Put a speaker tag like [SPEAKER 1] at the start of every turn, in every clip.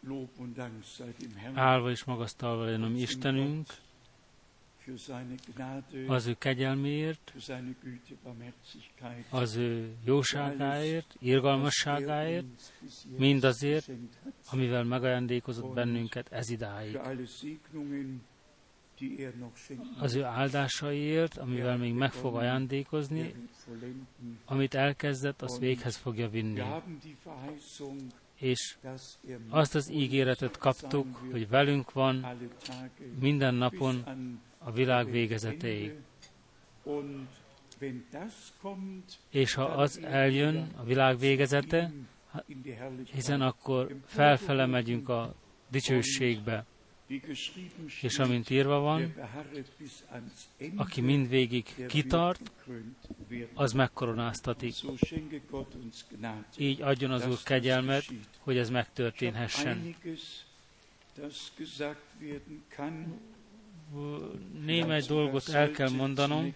[SPEAKER 1] Állva és magasztalva legyen a mi Istenünk, az ő kegyelméért, az ő jóságáért, irgalmasságáért, mindazért, amivel megajándékozott bennünket ezidáig. Az ő áldásaiért, amivel még meg fog ajándékozni, amit elkezdett, azt véghez fogja vinni. És azt az ígéretet kaptuk, hogy velünk van minden napon a világ végezetéig. És ha az eljön, a világ végezete, hiszen akkor felfele megyünk a dicsőségbe. És amint írva van, aki mindvégig kitart, az megkoronáztatik. Így adjon az Úr kegyelmet, hogy ez megtörténhessen. Némely dolgot el kell mondanom.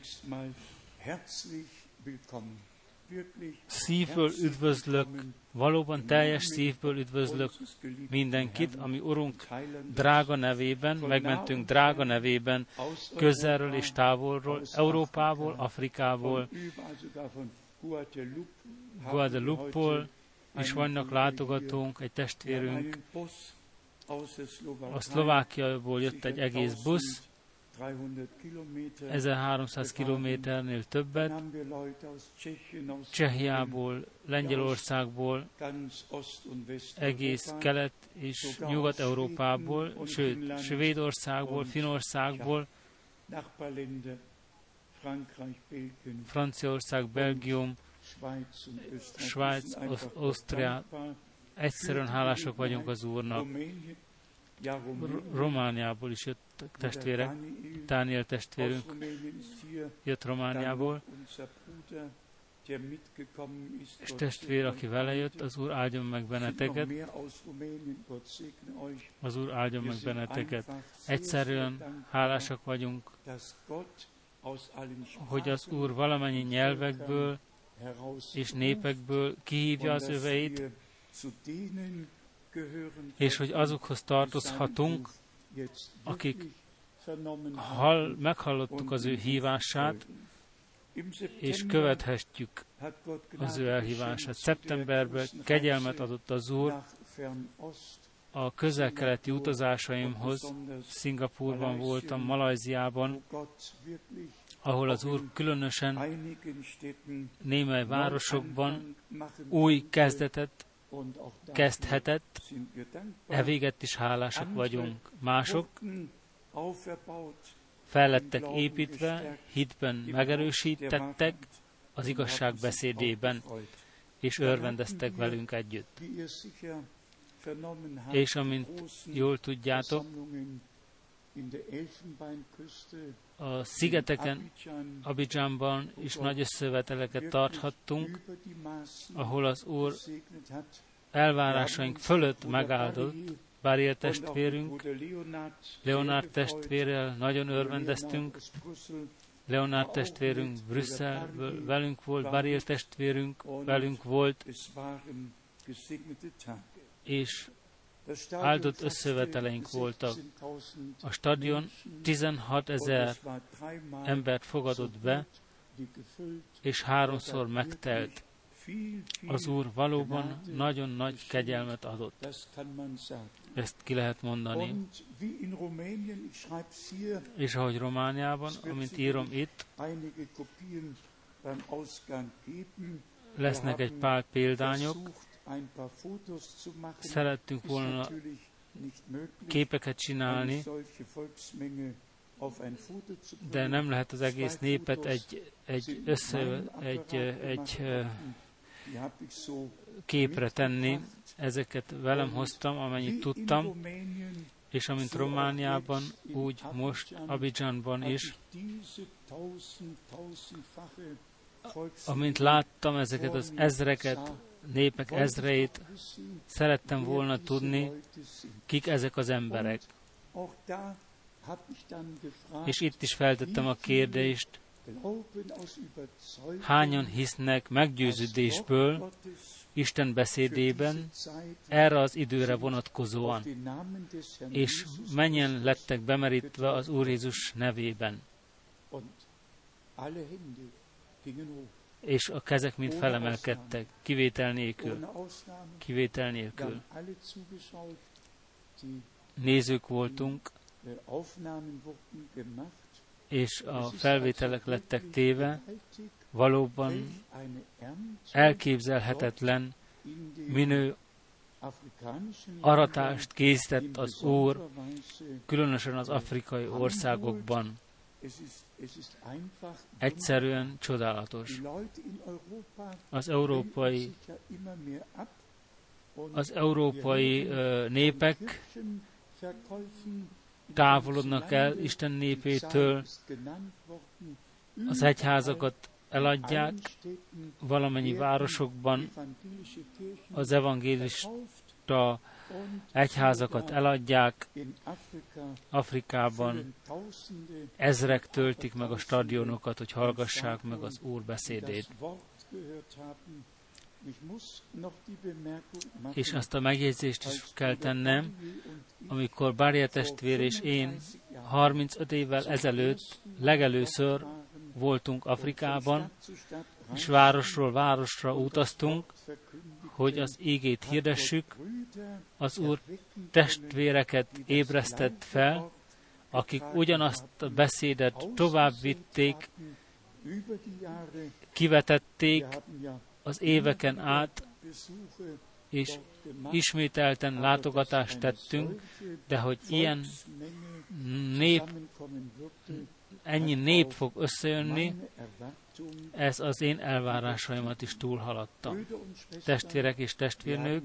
[SPEAKER 1] Szívből üdvözlök, valóban teljes szívből üdvözlök mindenkit, ami Urunk drága nevében, megmentünk drága nevében, közelről és távolról, Európából, Afrikából, Guadeloupe-ból is vannak látogatónk, egy testvérünk, a Szlovákiából jött egy egész busz, 1300 kilométernél többet, Csehiából, Lengyelországból, egész Kelet- és Nyugat-Európából, sőt, Svédországból, Finnországból, Franciaország, Belgium, Svájc, Ausztria. Egyszerűen hálásak vagyunk az Úrnak. Romániából is jött testvérek, Dániel testvérünk jött Romániából, és testvér, aki vele jött, az Úr áldjon meg benneteket, az Úr áldjon meg benneteket. Egyszerűen hálásak vagyunk, hogy az Úr valamennyi nyelvekből és népekből kihívja az öveit, és hogy azokhoz tartozhatunk, akik meghallottuk az ő hívását, és követhetjük az ő elhívását. Szeptemberben kegyelmet adott az Úr a közel-keleti utazásaimhoz. Szingapúrban voltam, Malajziában, ahol az Úr különösen némely városokban új kezdetet kezdhetett, evégett is hálásak vagyunk. Mások fel lettek építve, hitben megerősítettek az igazság beszédében, és örvendeztek velünk együtt. És amint jól tudjátok, a szigeteken, Abidjanban is nagy összeveteleket tarthattunk, ahol az Úr elvárásaink fölött megáldott. Báriel testvérünk, Leonard testvérrel nagyon örvendeztünk. Leonard testvérünk Brüsszelből velünk volt, Báriel testvérünk velünk volt, és áldott összeveteleink voltak. A stadion 16 000 embert fogadott be, és 3-szor megtelt. Az Úr valóban nagyon nagy kegyelmet adott. Ezt ki lehet mondani. És ahogy Romániában, amint írom itt, lesznek egy pár példányok. Szerettünk volna képeket csinálni, de nem lehet az egész népet egy képre tenni. Ezeket velem hoztam, amennyit tudtam, és amint Romániában, úgy most Abidjanban is, amint láttam ezeket az ezreket, népek ezreit, szerettem volna tudni, kik ezek az emberek. És itt is feltettem a kérdést, hányan hisznek meggyőződésből, Isten beszédében erre az időre vonatkozóan, és mennyien lettek bemerítve az Úr Jézus nevében. És a kezek mind felemelkedtek, kivétel nélkül. Kivétel nélkül. Nézők voltunk, és a felvételek lettek téve, valóban elképzelhetetlen minő aratást készített az Úr, különösen az afrikai országokban. Egyszerűen csodálatos. Az európai népek távolodnak el Isten népétől, az egyházakat eladják, valamennyi városokban az evangélista egyházakat eladják, Afrikában ezrek töltik meg a stadionokat, hogy hallgassák meg az Úr beszédét. És azt a megjegyzést is kell tennem, amikor Bárja testvér és én 35 évvel ezelőtt legelőször voltunk Afrikában, és városról városra utaztunk, hogy az igét hirdessük, az Úr testvéreket ébresztett fel, akik ugyanazt a beszédet tovább vitték, kivetették az éveken át, és ismételten látogatást tettünk, de hogy ennyi nép fog összejönni, ez az én elvárásaimat is túlhaladta. Testvérek és testvérnők,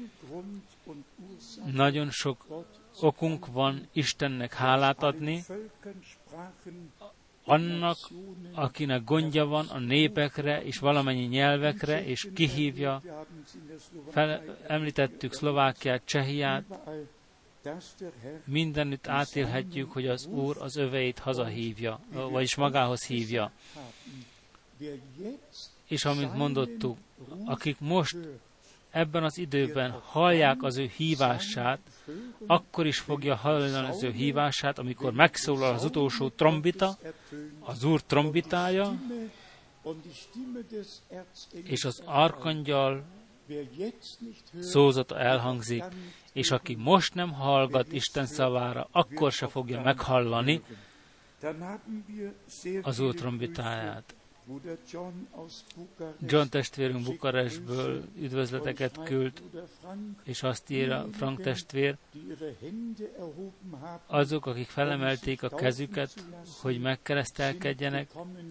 [SPEAKER 1] nagyon sok okunk van Istennek hálát adni, annak, akinek gondja van a népekre és valamennyi nyelvekre, és kihívja, említettük Szlovákiát, Csehiát, mindenütt átélhetjük, hogy az Úr az öveit hazahívja, vagyis magához hívja. És amint mondottuk, akik most ebben az időben hallják az ő hívását, akkor is fogja hallani az ő hívását, amikor megszólal az utolsó trombita, az Úr trombitája, és az arkangyal szózata elhangzik, és aki most nem hallgat Isten szavára, akkor se fogja meghallani az Úr trombitáját. John testvérünk Bukarestből üdvözleteket küld, és azt írja Frank testvér, azok, akik felemelték a kezüket, hogy megkeresztelkedjenek,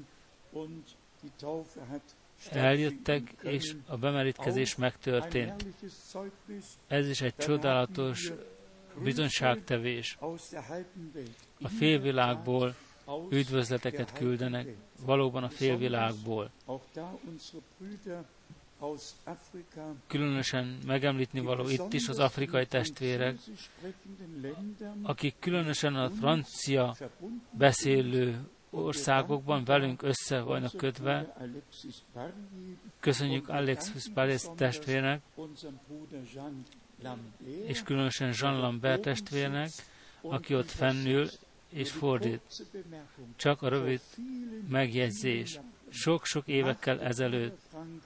[SPEAKER 1] eljöttek, és a bemerítkezés megtörtént. Ez is egy csodálatos bizonyságtevés. A félvilágból üdvözleteket küldenek, valóban a félvilágból. Különösen megemlítni való itt is az afrikai testvérek, akik különösen a francia beszélő országokban velünk össze vannak kötve. Köszönjük Alexis Paris testvérnek, és különösen Jean Lambert testvérnek, aki ott fennül és fordít. Csak a rövid megjegyzés. Sok-sok évekkel ezelőtt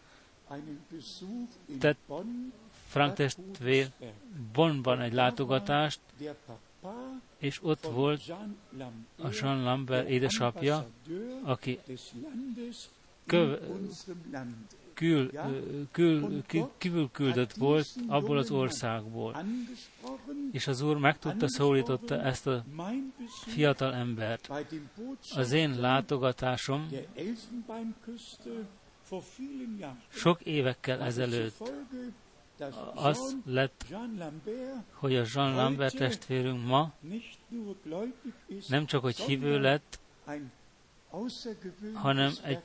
[SPEAKER 1] tett Frank testvér Bonnban egy látogatást, és ott volt a Jean Lambert édesapja, aki kívülküldött volt abból az országból. És az Úr megszólította ezt a fiatal embert. Az én látogatásom sok évekkel ezelőtt az lett, hogy a Jean Lambert testvérünk ma nem csak hogy hívő lett, hanem egy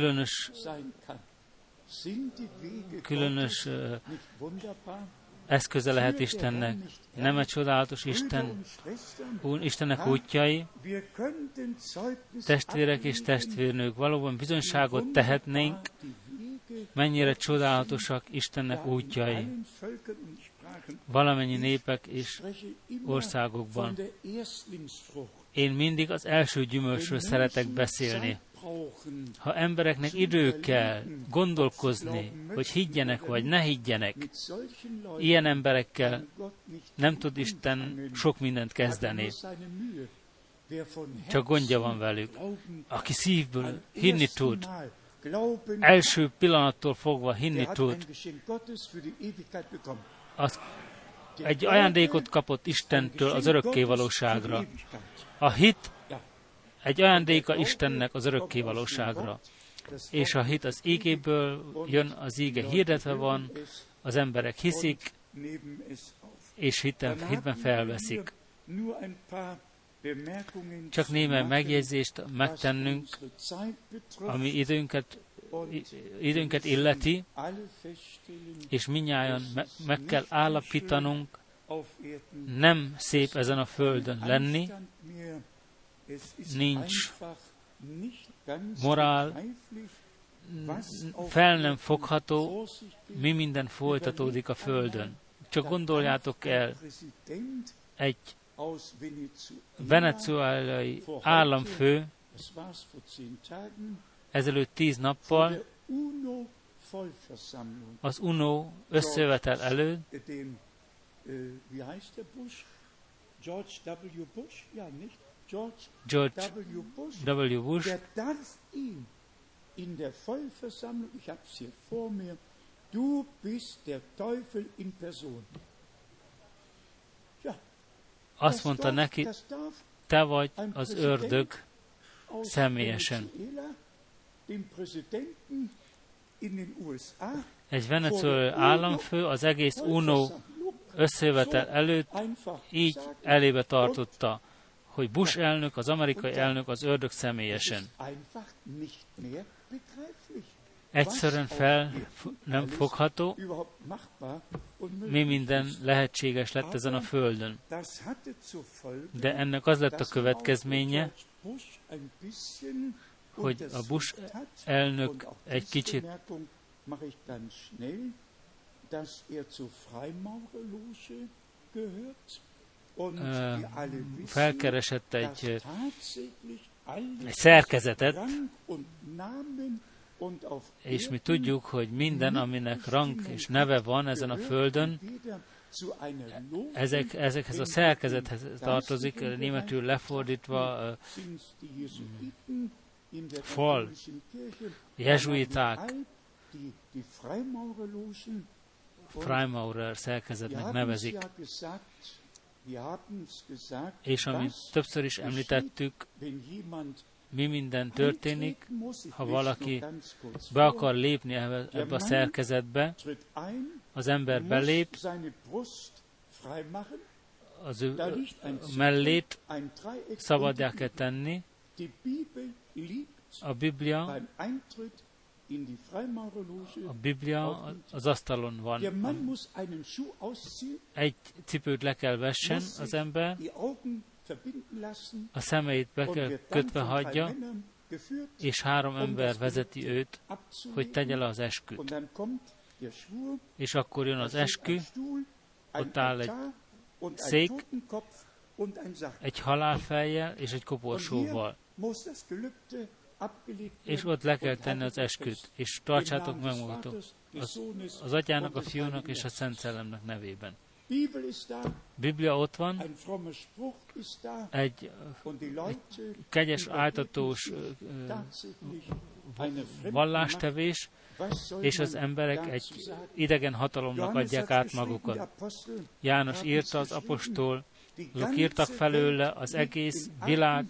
[SPEAKER 1] különös eszköze lehet Istennek. Nem egy csodálatos Istennek útjai, testvérek és testvérnők, valóban bizonyságot tehetnénk mennyire csodálatosak Istennek útjai valamennyi népek és országokban. Én mindig az első gyümölcsről szeretek beszélni. Ha embereknek idő kell gondolkozni, hogy higgyenek vagy ne higgyenek, ilyen emberekkel nem tud Isten sok mindent kezdeni. Csak gondja van velük. Aki szívből hinni tud, első pillanattól fogva hinni tud, az egy ajándékot kapott Istentől az örökkévalóságra. A hit egy ajándéka Istennek az örökkévalóságra. És a hit az ígéből jön, az íge hirdetve van, az emberek hiszik, és hitben felveszik. Csak némely megjegyzést megtennünk, ami időnket illeti, és mindnyájan meg kell állapítanunk, nem szép ezen a földön lenni, nincs morál, fel nem fogható, mi minden folytatódik a földön. Csak gondoljátok el, egy venezuelai államfő ezelőtt 10 nappal az UNO összejövetel előtt George W. Bush in der Vollversammlung, ich habe es hier vor mir, du bist der Teufel in Person. Ja, azt mondta neki, te vagy az ördög személyesen. Egy venezuelai államfő az egész UNO összejövetel előtt így elébe tartotta, hogy Bush elnök, az amerikai elnök az ördög személyesen. Egyszerűen nem fogható, mi minden lehetséges lett ezen a földön. De ennek az lett a következménye, hogy a Bush elnök egy kicsit felkeresett egy szerkezetet, és mi tudjuk, hogy minden, aminek rang és neve van ezen a földön, ezekhez a szerkezethez tartozik, németül lefordítva fal, jezsuiták, Freimaurer szerkezetnek nevezik. És amit többször is említettük, mi minden történik, ha valaki be akar lépni ebbe a szerkezetbe, az ember belép, az ő mellét szabaddá kell tenni. A Biblia az asztalon van. Egy cipőt le kell vessen az ember, a szemeit be kell kötve hagyja, és 3 ember vezeti őt, hogy tegye le az esküt. És akkor jön az eskü, ott áll egy szék, egy halálfejjel és egy koporsóval. És ott le kell tenni az esküt, és tartsátok meg magatok az Atyának, a Fiúnak és a Szent Szellemnek nevében. Biblia ott van, egy kegyes, áltatós vallástevés, és az emberek egy idegen hatalomnak adják át magukat. János írta, az apostol, azok írtak felőle, az egész világ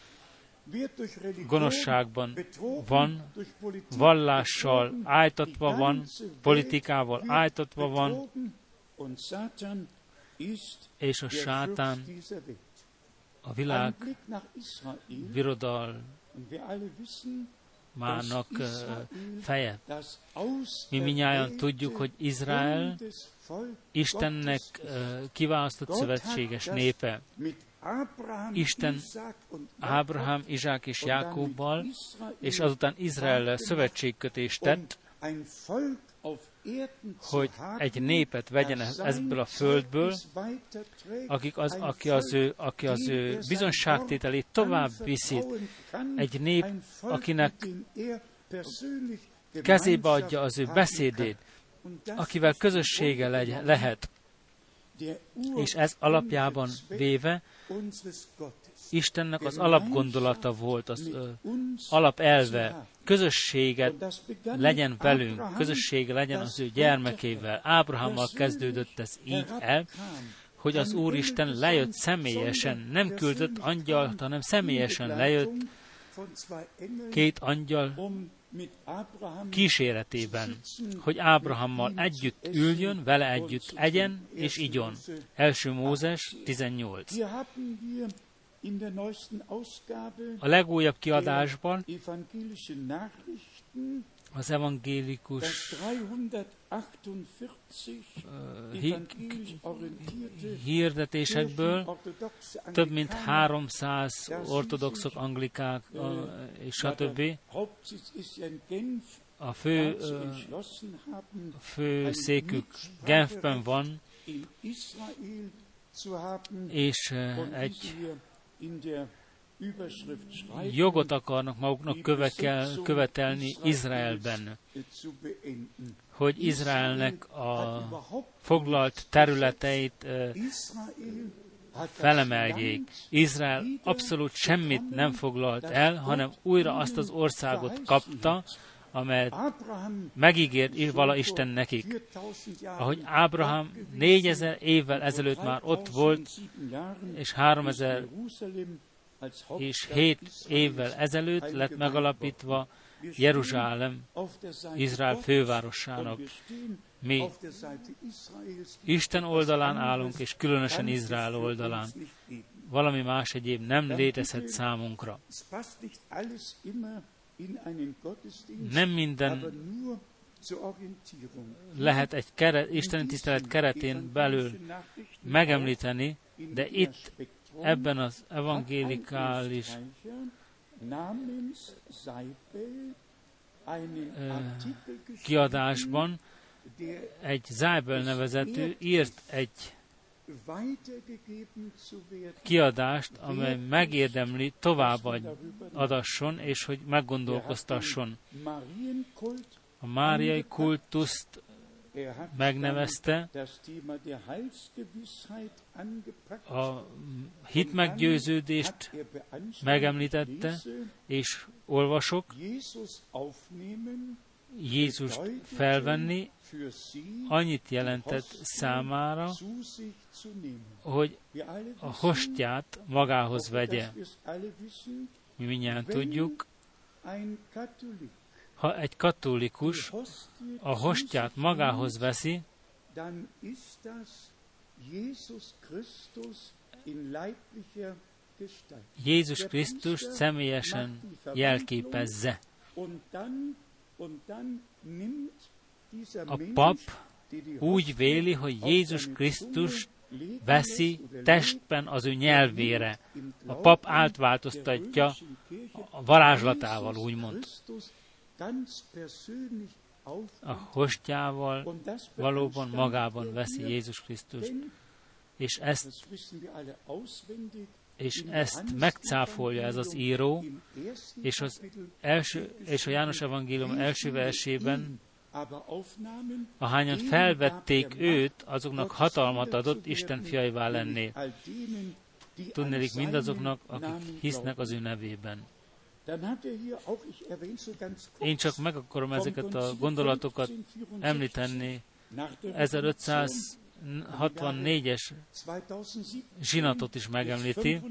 [SPEAKER 1] gonoszságban van, vallással ájtatva van, politikával ájtatva van, és a sátán a világ birodalmának feje. Mi mindnyájan tudjuk, hogy Izrael Istennek kiválasztott szövetséges népe. Isten Ábrahám, Izsák és Jákobbal, és azután Izraellel szövetségkötést tett, hogy egy népet vegyen ebből a földből, aki az ő bizonságtételét tovább viszi. Egy nép, akinek kezébe adja az ő beszédét, akivel közössége lehet. És ez alapjában véve Istennek az alapgondolata volt, az alapelve, közösséget legyen velünk, közössége legyen az ő gyermekével. Ábrahámmal kezdődött ez így el, hogy az Úristen lejött személyesen, nem küldött angyalt, hanem személyesen lejött két angyal kíséretében, hogy Ábrahámmal együtt üljön, vele együtt egyen és igyon. 1. Mózes 18. A legújabb kiadásban az evangélikus hirdetésekből több mint 300 ortodoxok, anglikák és stb. A fő székük Genfben van, és egy jogot akarnak maguknak követelni Izraelben, hogy Izraelnek a foglalt területeit felemeljék. Izrael abszolút semmit nem foglalt el, hanem újra azt az országot kapta, amelyet megígért vala Isten nekik. Ahogy Ábrahám 4000 évvel ezelőtt már ott volt, és 3007 évvel ezelőtt lett megalapítva Jeruzsálem, Izrael fővárosának. Mi Isten oldalán állunk, és különösen Izrael oldalán. Valami más egyéb nem létezhet számunkra. Nem minden lehet egy isteni tisztelet keretén belül megemlíteni, de itt ebben az evangélikális kiadásban egy Zájbel nevezetű írt egy kiadást, amely megérdemli továbbadasson, és hogy meggondolkoztasson. A máriai kultuszt megnevezte, a hitmeggyőződést megemlítette, és olvasok, Jézust felvenni annyit jelentett számára, hogy a hostyát magához vegye. Mi mindjárt tudjuk, ha egy katolikus a hostyát magához veszi, Jézus Krisztus személyesen jelképezze. A pap úgy véli, hogy Jézus Krisztus veszi testben az ő nyelvére. A pap átváltoztatja a varázslatával, úgymond. A hostyával valóban magában veszi Jézus Krisztust. És ezt megcáfolja ez az író, és a János evangélium első versében, ahányan felvették őt, azoknak hatalmat adott Isten fiaivá lenni. Tudnélik mindazoknak, akik hisznek az ő nevében. Én csak meg akarom ezeket a gondolatokat említeni. 1564-es zsinatot is megemlíti.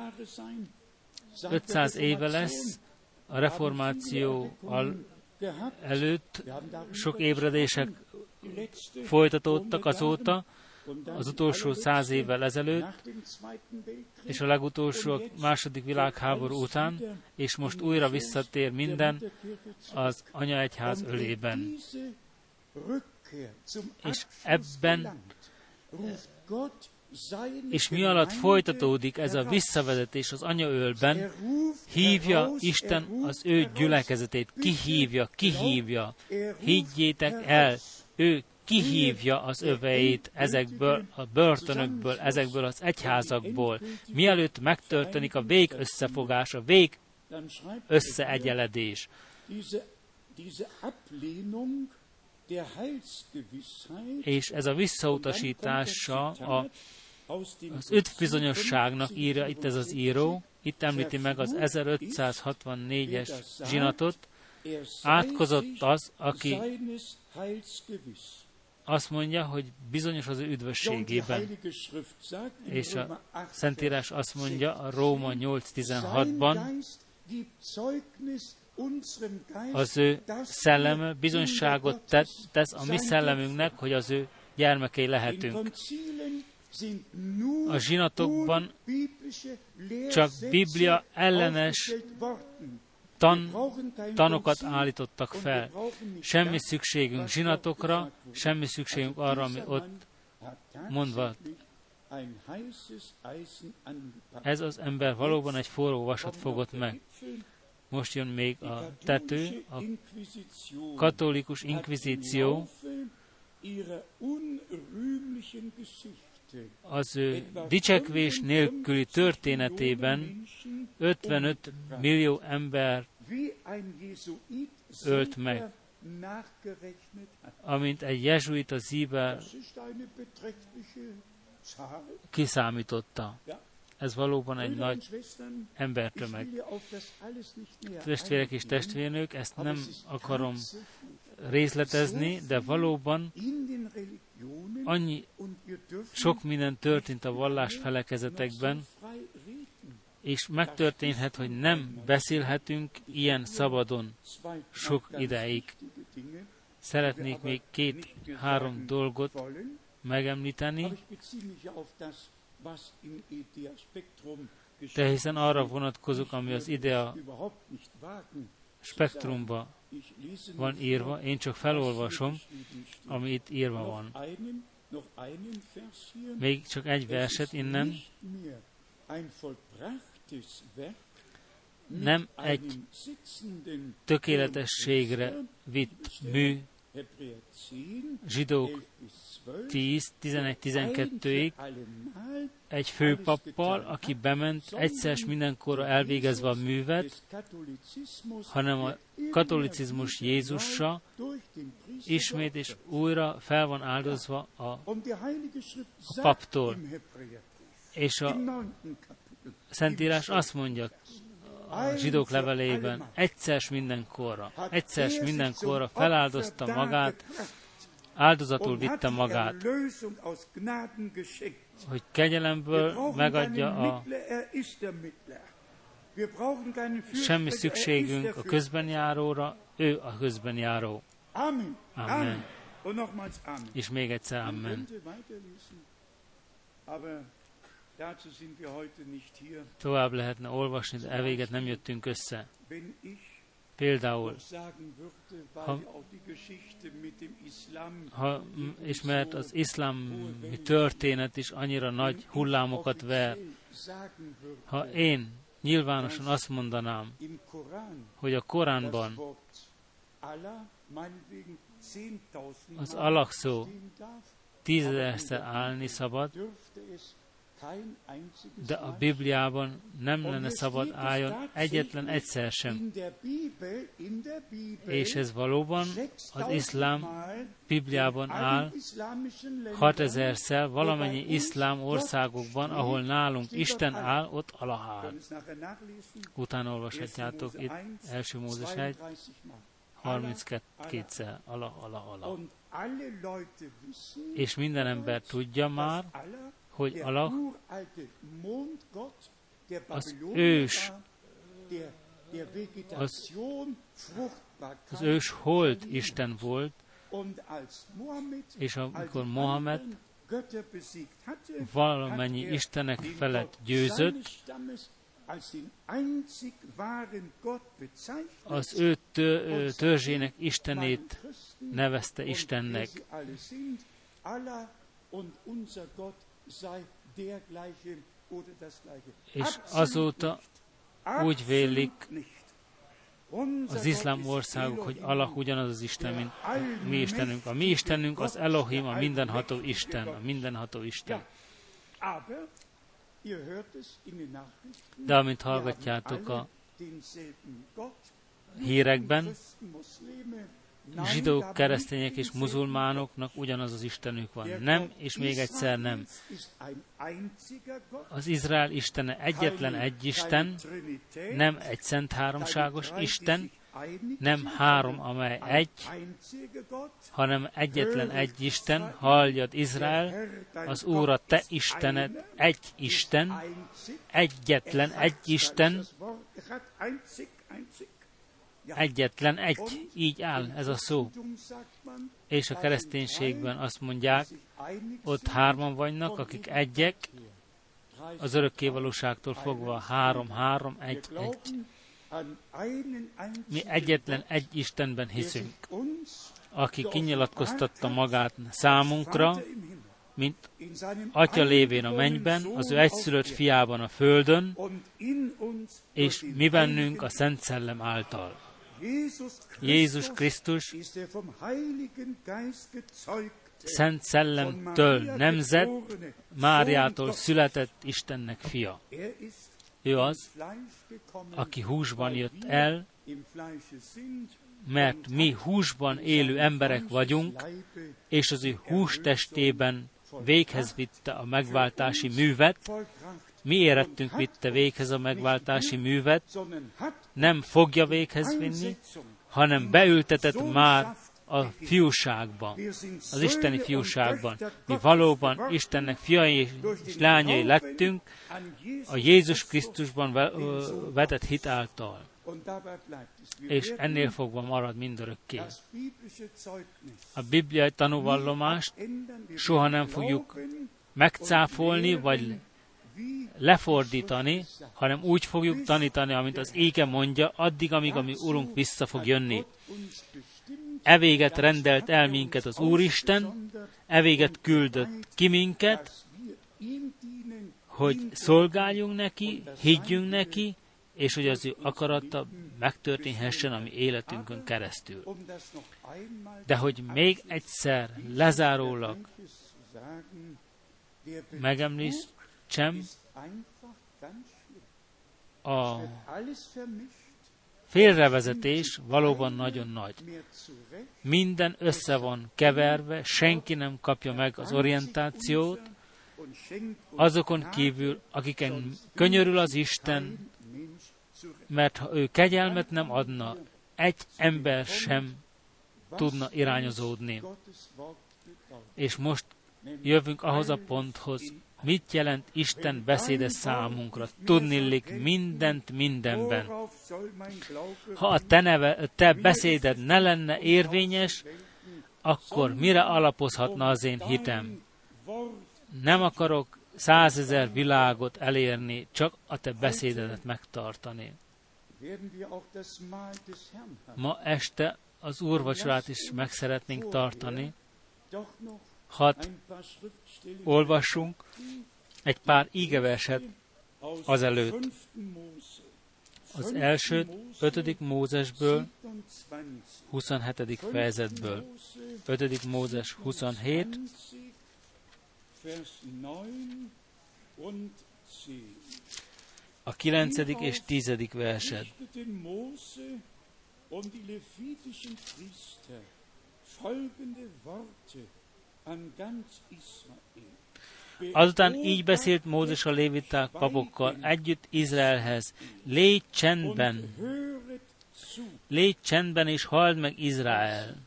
[SPEAKER 1] 500 éve lesz a reformáció előtt, sok ébredések folytatódtak azóta, az utolsó 100 évvel ezelőtt, és a legutolsó a második világháború után, és most újra visszatér minden az anyaegyház ölében. És és mi alatt folytatódik ez a visszavezetés az anyaölben, hívja Isten az ő gyülekezetét, kihívja, higgyétek el, ő kihívja az öveit ezekből a börtönökből, ezekből az egyházakból, mielőtt megtörténik a végösszefogás, a végösszeegyeledés. És ez a visszautasítása az üdvbizonyosságnak írja itt ez az író, itt említi meg az 1564-es zsinatot, átkozott az, aki azt mondja, hogy bizonyos az ő üdvösségében. És a Szentírás azt mondja a Róma 8.16-ban, az ő szelleme bizonyságot tesz a mi szellemünknek, hogy az ő gyermekei lehetünk. A zsinatokban csak Biblia ellenes tanokat állítottak fel. Semmi szükségünk zsinatokra, semmi szükségünk arra, ami ott mondva. Ez az ember valóban egy forró vasat fogott meg. Most jön még a tető, a katolikus inkvizíció, az ő dicsekvés nélküli történetében 55 millió ember ölt meg, amint egy jezsuita Zieber kiszámította. Ez valóban egy nagy embertömeg. Testvérek és testvérnők, ezt nem akarom részletezni, de valóban annyi sok minden történt a vallásfelekezetekben, és megtörténhet, hogy nem beszélhetünk ilyen szabadon sok ideig. Szeretnék még 2-3 dolgot megemlíteni, de hiszen arra vonatkozok, ami az idea spektrumba van írva, én csak felolvasom, ami itt írva van. Még csak egy verset innen. Nem egy tökéletességre vitt mű, Zsidók 10-11-12-ig, egy főpappal, aki bement egyszer mindenkorra elvégezve a művet, hanem a katolicizmus Jézusa ismét és újra fel van áldozva a paptól. És a Szentírás azt mondja a zsidók levelében, egyszer mindenkorra feláldozta magát, áldozatul vitte magát, hogy kegyelemből megadja a semmi szükségünk a közbenjáróra, ő a közbenjáró. Amen. És még egyszer amen. Tovább lehetne olvasni, de elvéget nem jöttünk össze. Például, és mert az iszlámi történet is annyira nagy hullámokat ver, ha én nyilvánosan azt mondanám, hogy a Koránban az Allah szó 10 000-szer állni szabad, de a Bibliában nem lenne szabad álljon egyetlen egyszer sem. És ez valóban az iszlám Bibliában áll 6000-szer valamennyi iszlám országokban, ahol nálunk Isten áll, ott Allah áll. Utána olvashatjátok itt 1. Mózes 1, 32-szer Allah, Allah, Allah. És minden ember tudja már, hogy Allah az ős hold Isten volt, és amikor Mohamed valamennyi istenek felett győzött, az ő törzsének istenét nevezte Istennek. És azóta úgy vélik az iszlám országok, hogy Allah ugyanaz az Isten, mint a mi Istenünk. A mi Istenünk az Elohim, a mindenható Isten, a mindenható Isten. De amint hallgatjátok a hírekben, zsidók, keresztények és muzulmánoknak ugyanaz az Istenük van. Nem, és még egyszer nem. Az Izrael Istene egyetlen egy Isten, nem egy szent háromságos Isten, nem három, amely egy, hanem egyetlen egy Isten. Halljad Izrael, az Úr a te Istened, egy Isten, egyetlen egy Isten, egyetlen egy, így áll ez a szó. És a kereszténységben azt mondják, ott hárman vannak, akik egyek, az örökkévalóságtól fogva 3, 1. Mi egyetlen egy Istenben hiszünk, aki kinyilatkoztatta magát számunkra, mint Atya lévén a mennyben, az ő egyszülött fiában a földön, és mi bennünk a Szent Szellem által. Jézus Krisztus Szent Szellemtől nemzett, Máriától született Istennek fia. Ő az, aki húsban jött el, mert mi húsban élő emberek vagyunk, és az ő hústestében véghez vitte a megváltási művet. Mi érettünk vitte véghez a megváltási művet, nem fogja véghez vinni, hanem beültetett már a fiúságban, az isteni fiúságban. Mi valóban Istennek fiai és lányai lettünk a Jézus Krisztusban vetett hit által. És ennél fogva marad mindörökké. A bibliai tanúvallomást soha nem fogjuk megcáfolni, vagy lefordítani, hanem úgy fogjuk tanítani, amint az ége mondja, addig, amíg a mi Urunk vissza fog jönni. Evéget rendelt el minket az Úristen, evéget küldött ki minket, hogy szolgáljunk neki, higgyünk neki, és hogy az ő akarata megtörténhessen a mi életünkön keresztül. De hogy még egyszer lezárólag megemlítsem, a félrevezetés valóban nagyon nagy. Minden össze van keverve, senki nem kapja meg az orientációt, azokon kívül, akiken könyörül az Isten, mert ha ő kegyelmet nem adna, egy ember sem tudna irányozódni. És most jövünk ahhoz a ponthoz, mit jelent Isten beszéde számunkra. Tudnillik mindent mindenben. Ha a te beszéded ne lenne érvényes, akkor mire alapozhatna az én hitem? Nem akarok 100 000 világot elérni, csak a te beszédedet megtartani. Ma este az úrvacsorát is meg szeretnénk tartani. Hadd olvassunk egy pár ígeverset azelőtt. Az első 5. Mózesből, 27. fejezetből. 5. Mózes 27, a 9. és 10. verset. Azután így beszélt Mózes a léviták papokkal együtt Izraelhez. Légy csendben és halld meg Izrael.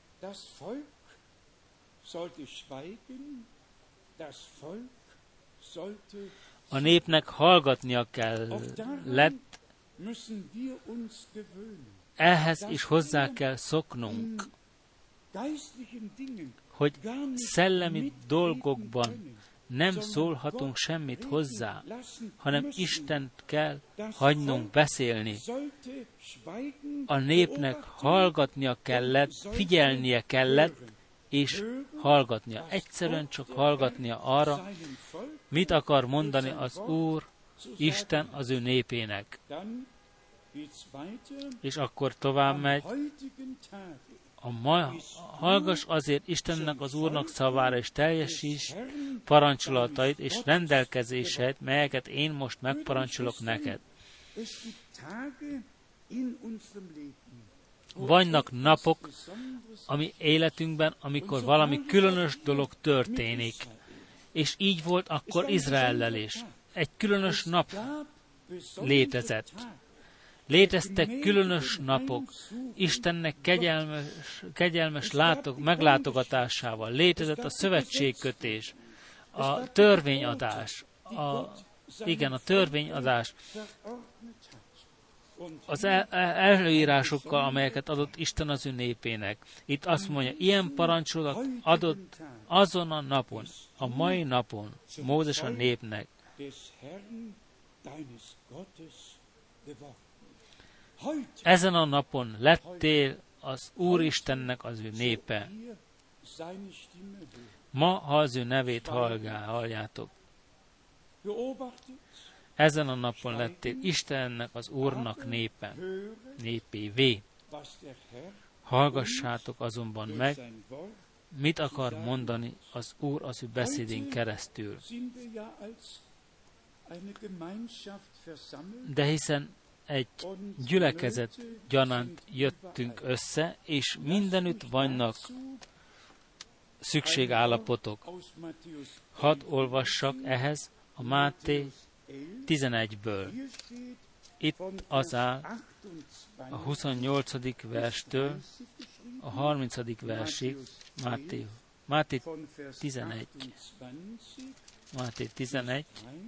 [SPEAKER 1] A népnek hallgatnia kellett, ehhez is hozzá kell szoknunk, hogy szellemi dolgokban nem szólhatunk semmit hozzá, hanem Istent kell hagynunk beszélni. A népnek hallgatnia kellett, figyelnie kellett, és hallgatnia. Egyszerűen csak hallgatnia arra, mit akar mondani az Úr, Isten az ő népének. És akkor tovább megy. Hallgass azért Istennek, az Úrnak szavára, és teljesíts parancsolatait és rendelkezéseit, melyeket én most megparancsolok neked. Vannak napok a mi életünkben, amikor valami különös dolog történik. És így volt akkor Izraellel is. Egy különös nap létezett. Léteztek különös napok, Istennek kegyelmes meglátogatásával. Létezett a szövetségkötés, a törvényadás, a törvényadás, az előírásokkal, amelyeket adott Isten az ő népének. Itt azt mondja, ilyen parancsolat adott azon a napon, a mai napon Mózes a népnek. Ezen a napon lettél az Úristennek az ő népe. Ma, ha az ő nevét halljátok. Ezen a napon lettél Istennek az Úrnak népévé. Hallgassátok azonban meg, mit akar mondani az Úr az ő beszédén keresztül. De hiszen egy gyülekezet gyanánt jöttünk össze, és mindenütt vannak szükségállapotok. Hadd olvassak ehhez a Máté 11-ből. Itt az áll a 28. verstől a 30. versig, Máté 11. Máté 11,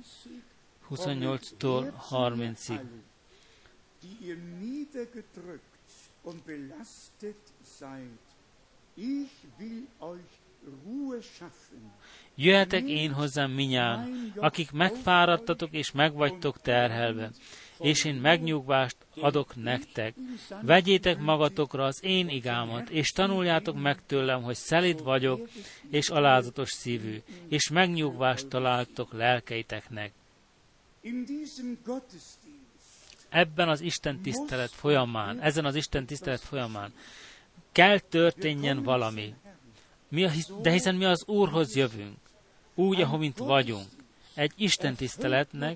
[SPEAKER 1] 28-tól 30-ig.
[SPEAKER 2] Die ihr niedergedrückt und belastet seid, ich will euch Ruhe schaffen.
[SPEAKER 1] Jöhetek én hozzám minnyájan, akik megfáradtatok és megvagytok terhelve, és én megnyugvást adok nektek. Vegyétek magatokra az én igámat, és tanuljátok meg tőlem, hogy szelíd vagyok, és alázatos szívű, és megnyugvást találtok lelkeiteknek. Ebben az Isten tisztelet folyamán, kell történjen valami. De hiszen mi az Úrhoz jövünk, úgy, ahomint vagyunk. Egy Isten tisztelet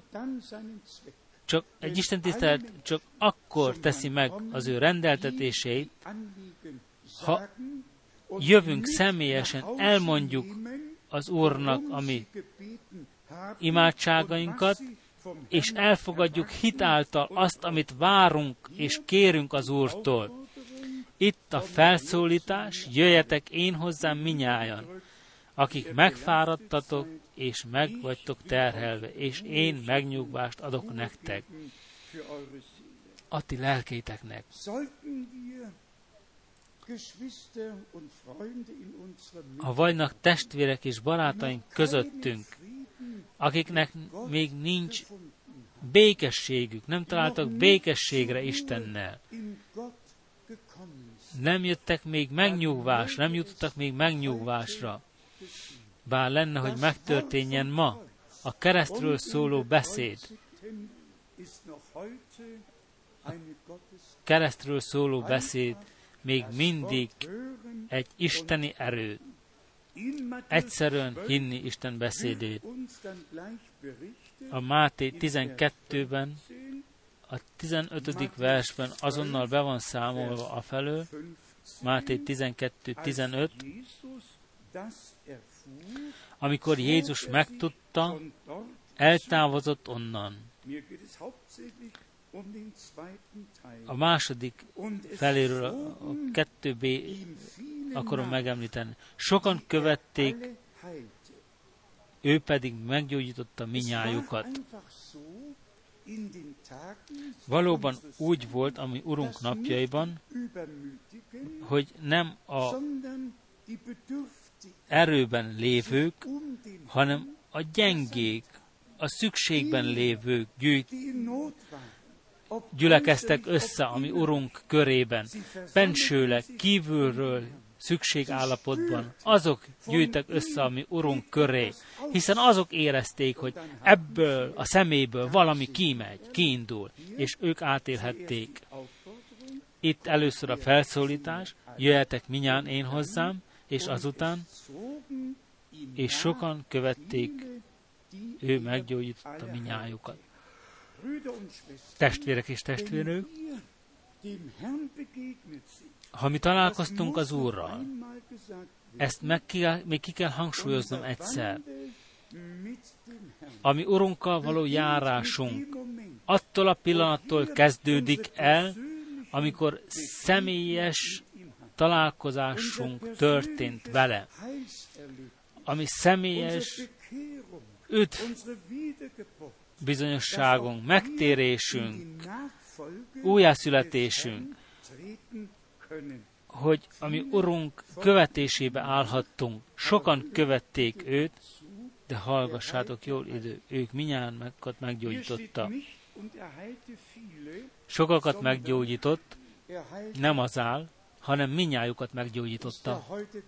[SPEAKER 1] csak akkor teszi meg az ő rendeltetéseit, ha jövünk személyesen, elmondjuk az Úrnak a mi imádságainkat, és elfogadjuk hitáltal azt, amit várunk és kérünk az Úrtól. Itt a felszólítás, jöjjetek én hozzám minnyájan, akik megfáradtatok és meg vagytok terhelve, és én megnyugvást adok nektek, a ti lelkéteknek. Ha vannak testvérek és barátaink közöttünk, akiknek még nincs békességük, nem találtak békességre Istennel, nem jöttek még megnyugvásra, nem jutottak még megnyugvásra, bár lenne, hogy megtörténjen ma a keresztről szóló beszéd. A keresztről szóló beszéd még mindig egy isteni erő. Egyszerűen hinni Isten beszédét. A Máté 12-ben, a 15. versben azonnal be van számolva afelől, Máté 12:15, amikor Jézus megtudta, eltávozott onnan. A második feléről, a 2b akarom megemlíteni. Sokan követték, ő pedig meggyógyította minnyájukat. Valóban úgy volt a mi Urunk napjaiban, hogy nem a erőben lévők, hanem a gyengék, a szükségben lévők gyülekeztek össze a mi Urunk körében. Bensőleg, kívülről szükségállapotban, azok gyűjtek össze a mi Urunk köré, hiszen azok érezték, hogy ebből a szeméből valami kiindul, és ők átélhették. Itt először a felszólítás, jöjjetek minnyájan én hozzám, és azután, és sokan követték, ő meggyógyította minnyájukat. Testvérek és testvérnők, ha mi találkoztunk az Úrral, ezt még ki kell hangsúlyoznom egyszer. A mi Urunkkal való járásunk attól a pillanattól kezdődik el, amikor személyes találkozásunk történt vele. Ami személyes bizonyosságunk, megtérésünk, újjászületésünk, hogy a mi Urunk követésébe állhattunk. Sokan követték őt, de hallgassátok jól ők minnyáján meggyógyította. Sokakat meggyógyított, nem az áll, hanem minnyájukat meggyógyította.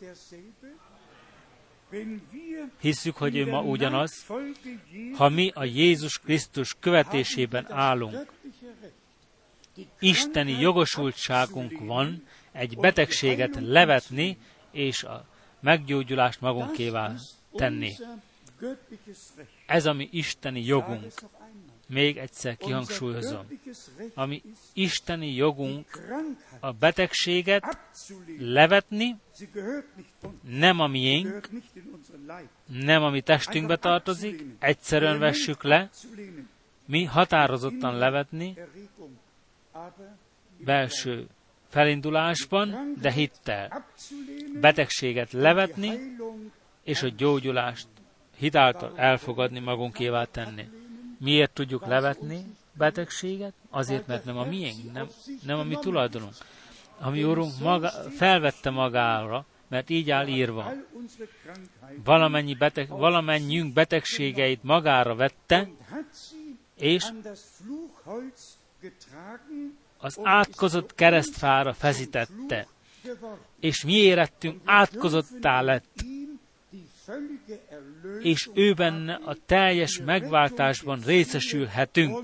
[SPEAKER 1] Hisszük, hogy ő ma ugyanaz, ha mi a Jézus Krisztus követésében állunk. Isteni jogosultságunk van egy betegséget levetni, és a meggyógyulást magunkévá tenni. Ez a mi isteni jogunk. Még egyszer kihangsúlyozom. A mi isteni jogunk a betegséget levetni, nem a miénk, nem a mi testünkbe tartozik, egyszerűen vessük le, mi határozottan levetni, belső felindulásban, de hittel. Betegséget levetni, és a gyógyulást hitáltal elfogadni, magunkévá tenni. Miért tudjuk levetni betegséget? Azért, mert nem a miénk, nem a mi tulajdonunk. A mi Urunk felvette magára, mert így áll írva. Valamennyiünk betegségeit magára vette, és az átkozott keresztfára feszítette. És mi érettünk átkozottá lett, és ő benne a teljes megváltásban részesülhetünk.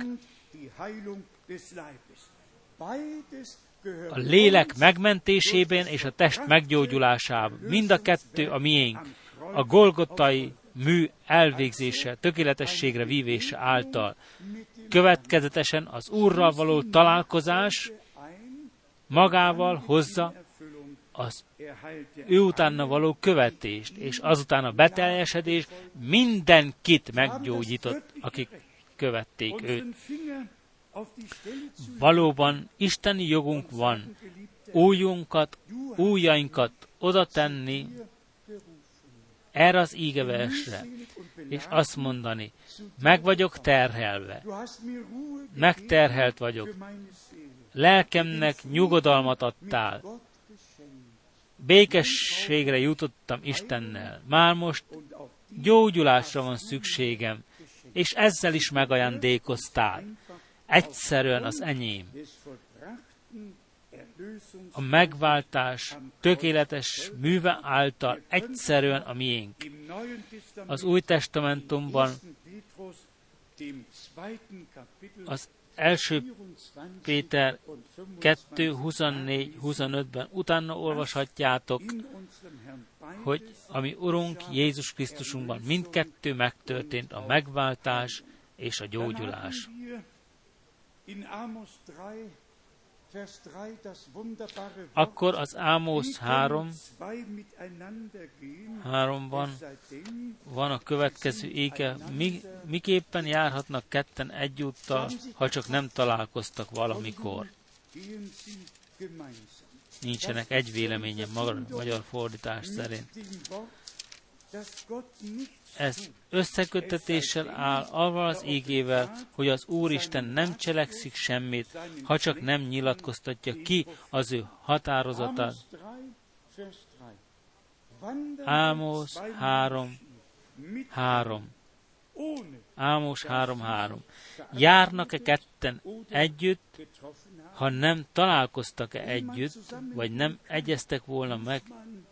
[SPEAKER 1] A lélek megmentésében és a test meggyógyulásában. Mind a kettő a miénk. A golgotai mű elvégzése, tökéletességre vívése által. Következetesen az Úrral való találkozás magával hozza az ő utána való követést, és azután a beteljesedés mindenkit meggyógyított, akik követték őt. Valóban isteni jogunk van ujjainkat oda tenni erre az ígeversre, és azt mondani, meg vagyok terhelve, megterhelt vagyok, lelkemnek nyugodalmat adtál, békességre jutottam Istennel, már most gyógyulásra van szükségem, és ezzel is megajándékoztál. Egyszerűen az enyém. A megváltás tökéletes műve által egyszerűen a miénk. Az Új Testamentumban az 1. Péter 2:24-25-ben utána olvashatjátok, hogy a mi Urunk Jézus Krisztusunkban mindkettő megtörtént, a megváltás és a gyógyulás. Akkor az Ámos 3:3-ban van a következő ége, miképpen járhatnak ketten egyúttal, ha csak nem találkoztak valamikor. Nincsenek egy véleményem magyar fordítás szerint. Ez összeköttetéssel áll avval az ígével, hogy az Úristen nem cselekszik semmit, ha csak nem nyilatkoztatja ki az ő határozatát. Ámos 3:3. Ámos 3:3. Járnak-e ketten együtt, ha nem találkoztak-e együtt, vagy nem egyeztek volna meg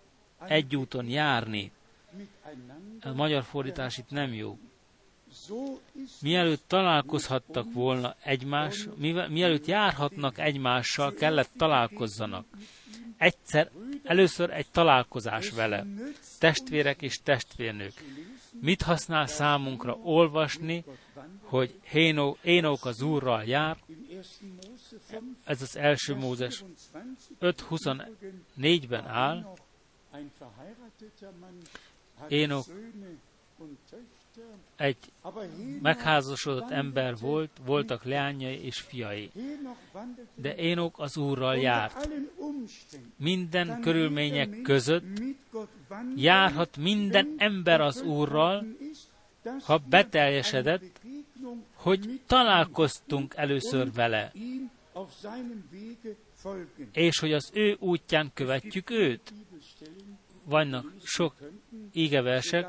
[SPEAKER 1] egy úton járni. A magyar fordítás itt nem jó. Mielőtt találkozhattak volna mielőtt járhatnak egymással, kellett találkozzanak. Először egy találkozás vele. Testvérek és testvérnők. Mit használ számunkra olvasni, hogy Énok az Úrral jár? Ez az első Mózes 5:24-ben áll. Énok egy megházasodott ember volt, voltak leányai és fiai. De Énok az Úrral járt. Minden körülmények között járhat minden ember az Úrral, ha beteljesedett, hogy találkoztunk először vele, és hogy az ő útján követjük őt. Vannak sok ígeversek,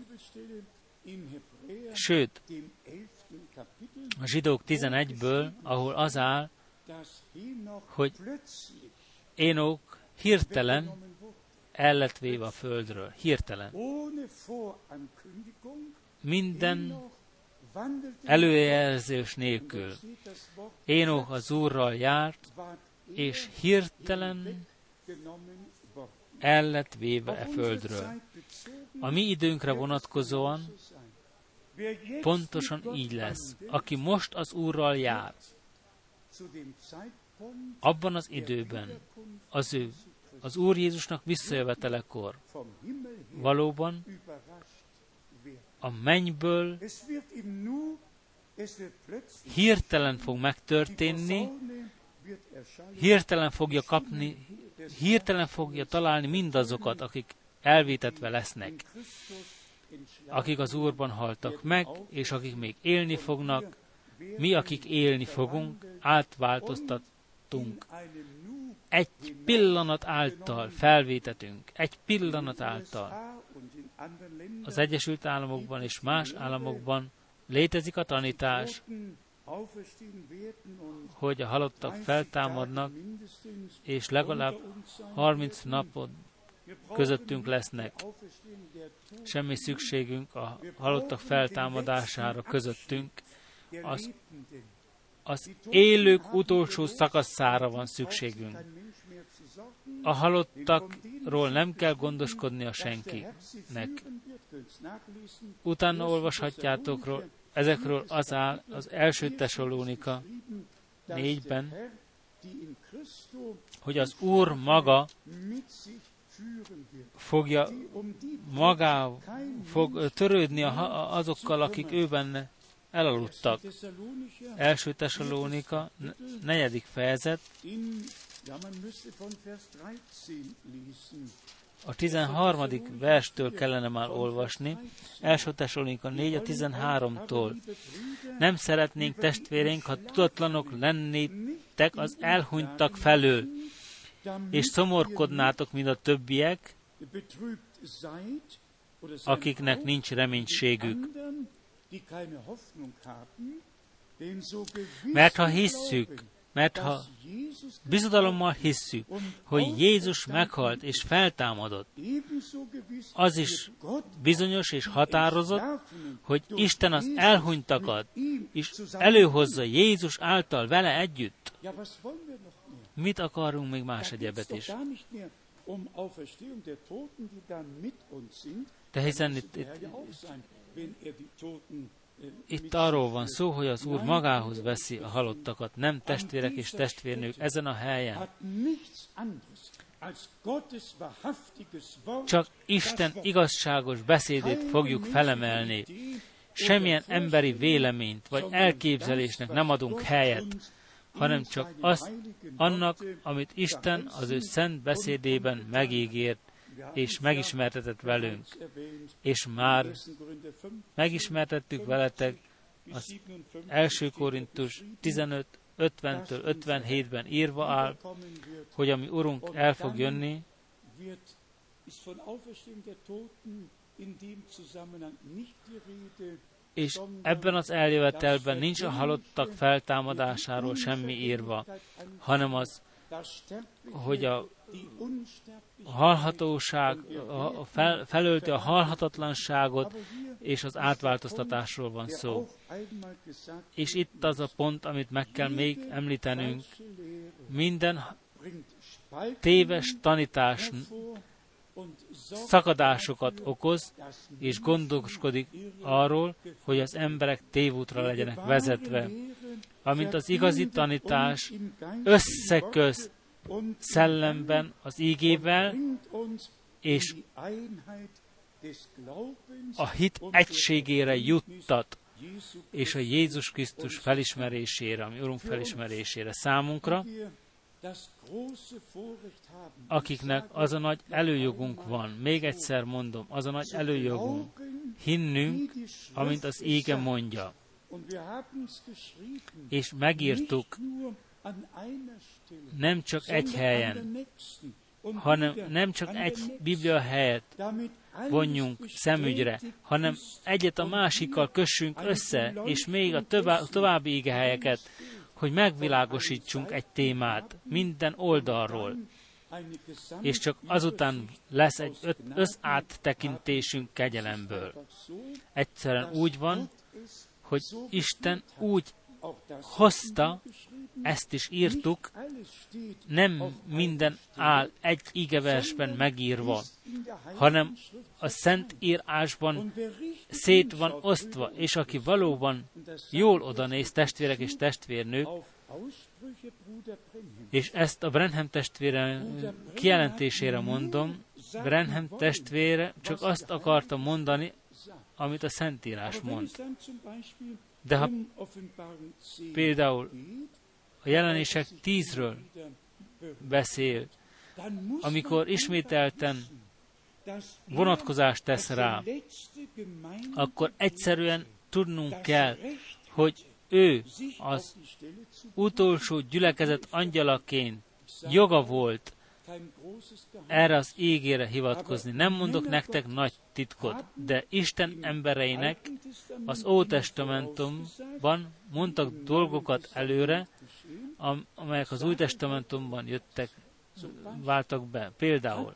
[SPEAKER 1] sőt, a Zsidók 11-ből, ahol az áll, hogy Énok hirtelen el lett véve a földről. Hirtelen. Minden előjelzés nélkül. Énok az Úrral járt, és hirtelen el lett véve a földről. A mi időnkre vonatkozóan pontosan így lesz. Aki most az Úrral jár, abban az időben, az Úr Jézusnak visszajövetelekor valóban a mennyből hirtelen fog megtörténni, hirtelen fogja találni mindazokat, akik elvétetve lesznek, akik az Úrban haltak meg, és akik még élni fognak, mi, akik élni fogunk, átváltoztattunk. Egy pillanat által felvétetünk, egy pillanat által. Az Egyesült Államokban és más államokban létezik a tanítás, hogy a halottak feltámadnak, és legalább 30 napot közöttünk lesznek. Semmi szükségünk a halottak feltámadására közöttünk. Az élők utolsó szakaszára van szükségünk. A halottakról nem kell gondoskodnia senkinek. Utána olvashatjátok ezekről az áll az első Tesalónika 4-ben, hogy az Úr maga fog törődni azokkal, akik őben elaludtak. Első Tesalónika 4. fejezet, a 13. verstől kellene már olvasni, első Tesalónika 4 a 13-tól. Nem szeretnénk, testvéreink, ha tudatlanok lennétek az elhunytak felől, és szomorkodnátok, mint a többiek, akiknek nincs reménységük. Mert ha bizodalommal hisszük, hogy Jézus meghalt és feltámadott, az is bizonyos és határozott, hogy Isten az elhunytakat is előhozza Jézus által vele együtt. Mit akarunk még más egyebet is? De hiszen itt arról van szó, hogy az Úr magához veszi a halottakat, nem testvérek és testvérnők ezen a helyen. Csak Isten igazságos beszédét fogjuk felemelni. Semmilyen emberi véleményt vagy elképzelésnek nem adunk helyet, hanem csak annak, amit Isten az ő szent beszédében megígért, és megismertetett velünk. És már megismertettük veletek az 1. Korintus 15, 50-től 57-ben írva áll, hogy ami Urunk el fog jönni, és ebben az eljövetelben nincs a halottak feltámadásáról semmi írva, hanem az, hogy a a hallhatóság felölti a halhatatlanságot, és az átváltoztatásról van szó. És itt az a pont, amit meg kell még említenünk. Minden téves tanítás szakadásokat okoz, és gondoskodik arról, hogy az emberek tévútra legyenek vezetve. Amint az igazi tanítás összeköz szellemben az ígével, és a hit egységére juttat, és a Jézus Krisztus felismerésére, ami Urunk felismerésére számunkra, akiknek az a nagy előjogunk van. Még egyszer mondom, az a nagy előjogunk. Hinnünk, amint az íge mondja. És megírtuk, nem csak egy helyen, hanem nem csak egy Biblia helyet vonjunk szemügyre, hanem egyet a másikkal kössünk össze, és még a további ígehelyeket, hogy megvilágosítsunk egy témát minden oldalról. És csak azután lesz egy összáttekintésünk kegyelemből. Egyszerűen úgy van, hogy Isten úgy hozta, ezt is írtuk, nem minden áll egy igeversben megírva, hanem a Szent Írásban szét van osztva, és aki valóban jól odanéz, testvérek és testvérnők, és ezt a Branham testvére kijelentésére mondom, Branham testvére csak azt akarta mondani, amit a Szentírás mond. De ha például a Jelenések 10-ről beszél, amikor ismételten vonatkozást tesz rá, akkor egyszerűen tudnunk kell, hogy ő az utolsó gyülekezet angyalaként joga volt erre az ígére hivatkozni. Nem mondok nektek nagy titkot, de Isten embereinek az Ótestamentumban mondtak dolgokat előre, amelyek az Új Testamentumban váltak be. Például,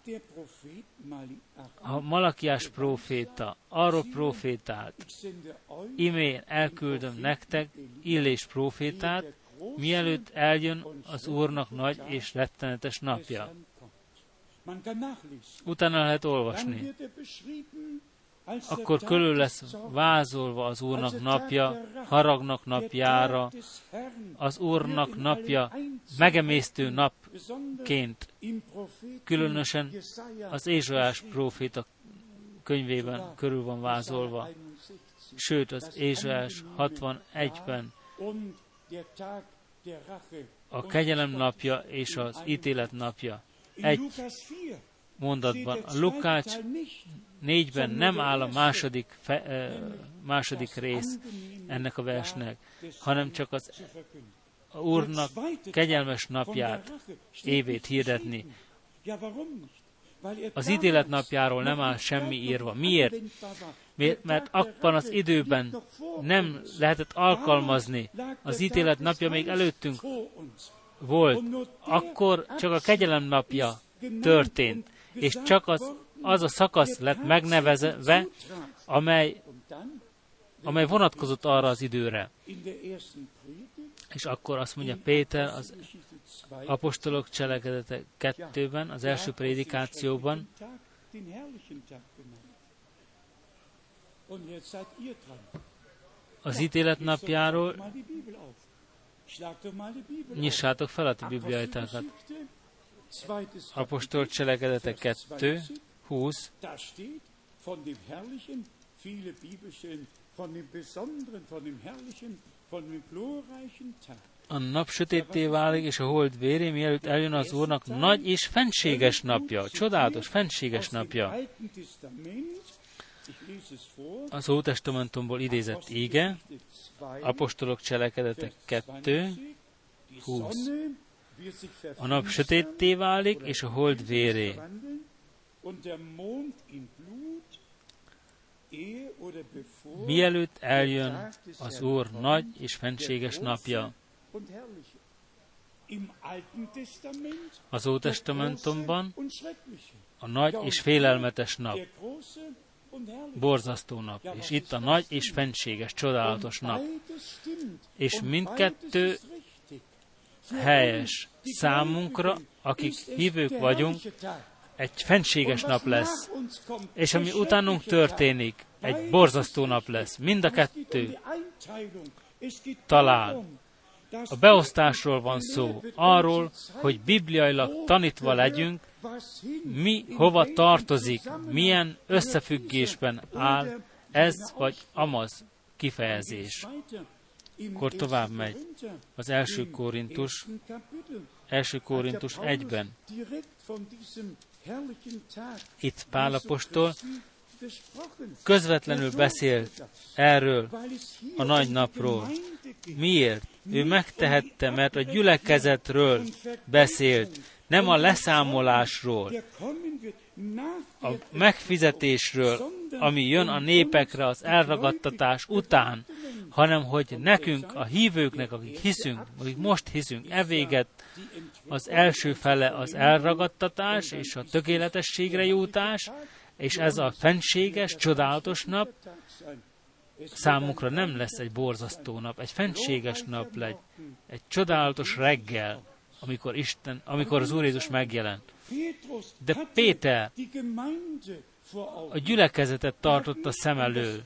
[SPEAKER 1] a Malakiás próféta arról prófétált, imén elküldöm nektek Illés prófétát, mielőtt eljön az Úrnak nagy és rettenetes napja. Utána lehet olvasni. Akkor körül lesz vázolva az Úrnak napja, haragnak napjára, az Úrnak napja megemésztő napként, különösen az Ézsaiás próféta könyvében körül van vázolva. Sőt, az Ézsaiás 61-ben a kegyelem napja és az ítélet napja egy mondatban. A Lukács 4-ben nem áll a második rész ennek a versnek, hanem csak az Úrnak kegyelmes napját, évét hirdetni. Az ítélet napjáról nem áll semmi írva. Miért? Mert abban az időben nem lehetett alkalmazni. Az ítélet napja még előttünk volt. Akkor csak a kegyelem napja történt. És csak az a szakasz lett megnevezve, amely vonatkozott arra az időre. És akkor azt mondja Péter az Apostolok Cselekedete 2-ben, az első prédikációban, az ítélet napjáról nyissátok fel a ti bibliaitákat. Apostolok Cselekedete 2, 20. A nap sötétté válik, és a hold véré, mielőtt eljön az Úrnak nagy és fenséges napja. Csodálatos, fenséges napja. Az Ótestamentumból idézett íge, Apostolok Cselekedete 2, 20. A nap sötétté válik, és a hold véré. Mielőtt eljön az Úr nagy és fenséges napja. Az Ótestamentumban a nagy és félelmetes nap, borzasztó nap, és itt a nagy és fenséges, csodálatos nap. És mindkettő helyes számunkra, akik hívők vagyunk, egy fenséges nap lesz, és ami utánunk történik, egy borzasztó nap lesz. Mind a kettő talál. A beosztásról van szó, arról, hogy bibliailag tanítva legyünk, mi hova tartozik, milyen összefüggésben áll ez vagy amaz kifejezés. Akkor tovább megy az 1. Korintus 1-ben. Itt Pál apostol közvetlenül beszélt erről a nagy napról. Miért? Ő megtehette, mert a gyülekezetről beszélt, nem a leszámolásról, a megfizetésről, ami jön a népekre az elragadtatás után, hanem hogy nekünk, a hívőknek, akik hiszünk, akik most hiszünk, evéget az első fele az elragadtatás és a tökéletességre jutás, és ez a fenséges, csodálatos nap számunkra nem lesz egy borzasztó nap, egy fenséges nap lesz, egy csodálatos reggel, amikor az Úr Jézus megjelent. De Péter a gyülekezetet tartotta szem elől.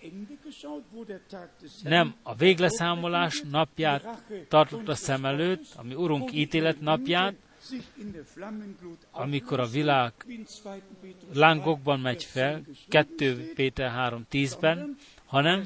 [SPEAKER 1] Nem a végleszámolás napját tartotta szem előtt, ami Urunk ítélet napját, amikor a világ lángokban megy fel, 2 Péter 3:10-ben, hanem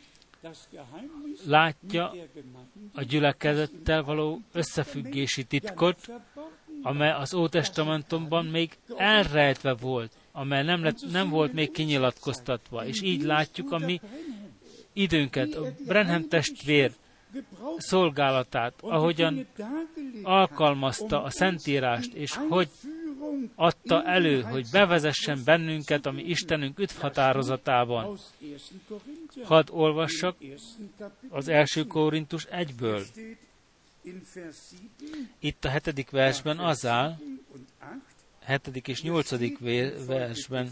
[SPEAKER 1] látja a gyülekezettel való összefüggési titkot, amely az Ótestamentumban még elrejtve volt, amely nem volt még kinyilatkoztatva, és így látjuk a mi időnket, a Branham testvér szolgálatát, ahogyan alkalmazta a Szentírást, és hogy adta elő, hogy bevezessen bennünket a mi Istenünk üdvhatározatában. Hadd olvassak az 1. Korintus 1-ből. Itt a 7. versben az áll, 7. és 8. versben,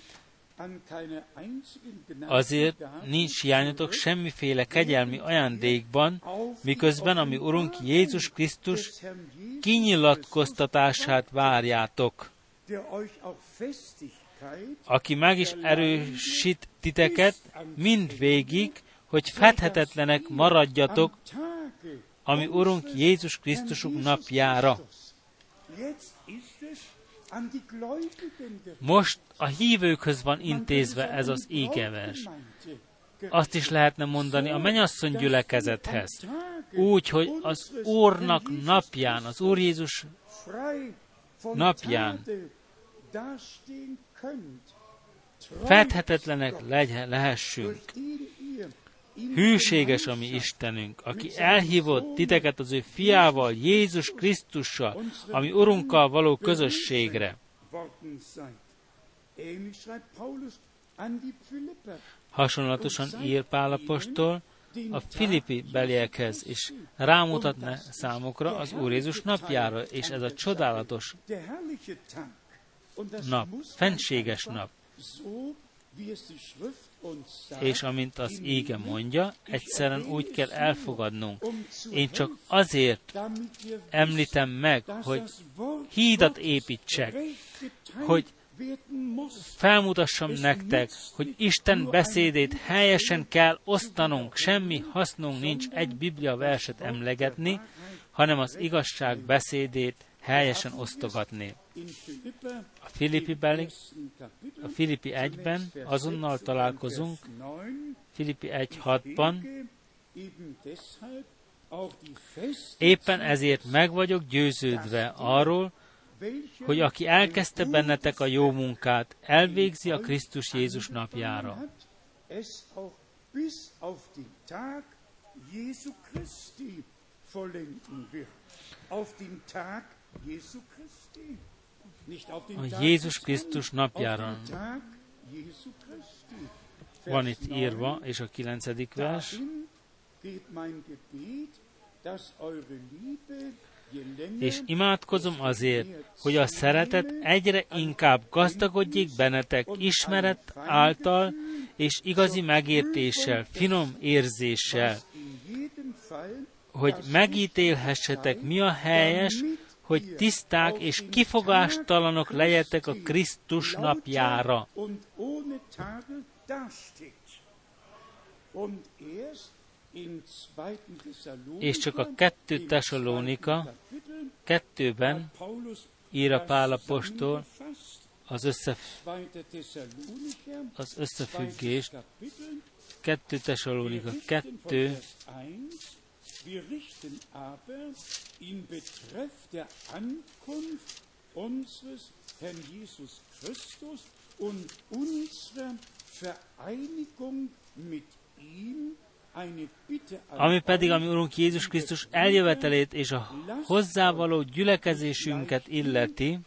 [SPEAKER 1] azért nincs hiányatok semmiféle kegyelmi ajándékban, miközben a mi Urunk Jézus Krisztus kinyilatkoztatását várjátok, aki meg is erősít titeket mindvégig, hogy fedhetetlenek maradjatok a mi Urunk Jézus Krisztusunk napjára. Most a hívőkhöz van intézve ez az ígevers. Azt is lehetne mondani a mennyasszony gyülekezethez. Úgy, hogy az Úrnak napján, az Úr Jézus napján fedhetetlenek lehessünk. Hűséges a mi Istenünk, aki elhívott titeket az ő fiával, Jézus Krisztussal, ami Urunkkal való közösségre. Hasonlatosan ír Pál apostol a Filippi beliekhez, és rámutatna számukra az Úr Jézus napjára, és ez a csodálatos nap, fenséges nap. És amint az íge mondja, egyszerűen úgy kell elfogadnunk. Én csak azért említem meg, hogy hídat építsek, hogy felmutassam nektek, hogy Isten beszédét helyesen kell osztanunk, semmi hasznunk nincs egy Biblia verset emlegetni, hanem az igazság beszédét helyesen osztogatni. A Filippi 1-ben azonnal találkozunk, Filippi 1:6-ban, éppen ezért meg vagyok győződve arról, hogy aki elkezdte bennetek a jó munkát, elvégzi a Krisztus Jézus napjára. A Jézus Krisztus napjára van itt írva, és a 9. vers. és imádkozom azért, hogy a szeretet egyre inkább gazdagodjék bennetek ismeret által és igazi megértéssel, finom érzéssel, hogy megítélhessetek, mi a helyes, hogy tiszták és kifogástalanok legyetek a Krisztus napjára. És csak a 2 Tesalónika 2-ben ír a Pál apostol az összefüggést. 2 Tesalónika 2,
[SPEAKER 2] Wir richten aber in Betreff der Ankunft unseres Herrn Jesus Christus und unserer Vereinigung mit ihm eine Bitte an
[SPEAKER 1] ami pedig a mi Urunk Jézus Krisztus eljövetelét és a hozzávaló gyülekezésünket illeti,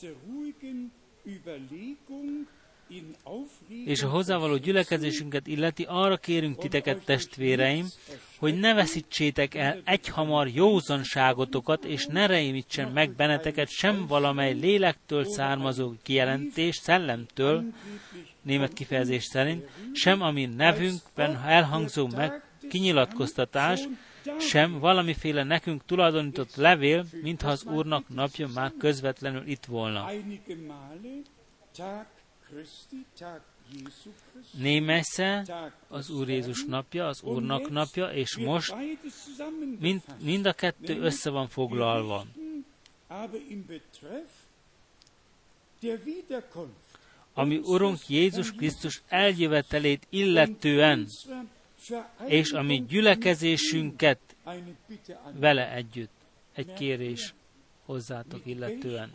[SPEAKER 1] arra kérünk titeket, testvéreim, hogy ne veszítsétek el egyhamar józanságotokat, és ne rémítsen meg benneteket sem valamely lélektől származó kijelentés, szellemtől, német kifejezés szerint, sem ami nevünkben elhangzó kinyilatkoztatás, sem valamiféle nekünk tulajdonított levél, mintha az Úrnak napja már közvetlenül itt volna. Némegyszer az Úr Jézus napja, az Úrnak napja, és most mind a 2 össze van foglalva. Ami Urunk Jézus Krisztus eljövetelét illetően, és a mi gyülekezésünket vele együtt, egy kérés hozzátok illetően.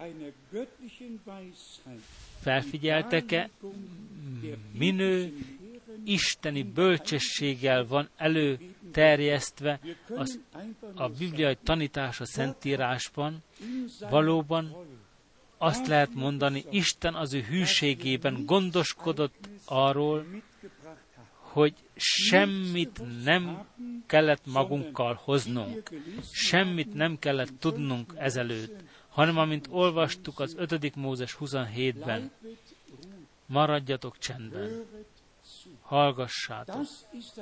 [SPEAKER 1] Felfigyeltek-e, minő isteni bölcsességgel van előterjesztve a bibliai tanítás a Szentírásban? Valóban azt lehet mondani, Isten az ő hűségében gondoskodott arról, hogy semmit nem kellett magunkkal hoznunk, semmit nem kellett tudnunk ezelőtt, hanem amint olvastuk az 5. Mózes 27-ben, maradjatok csendben, hallgassátok.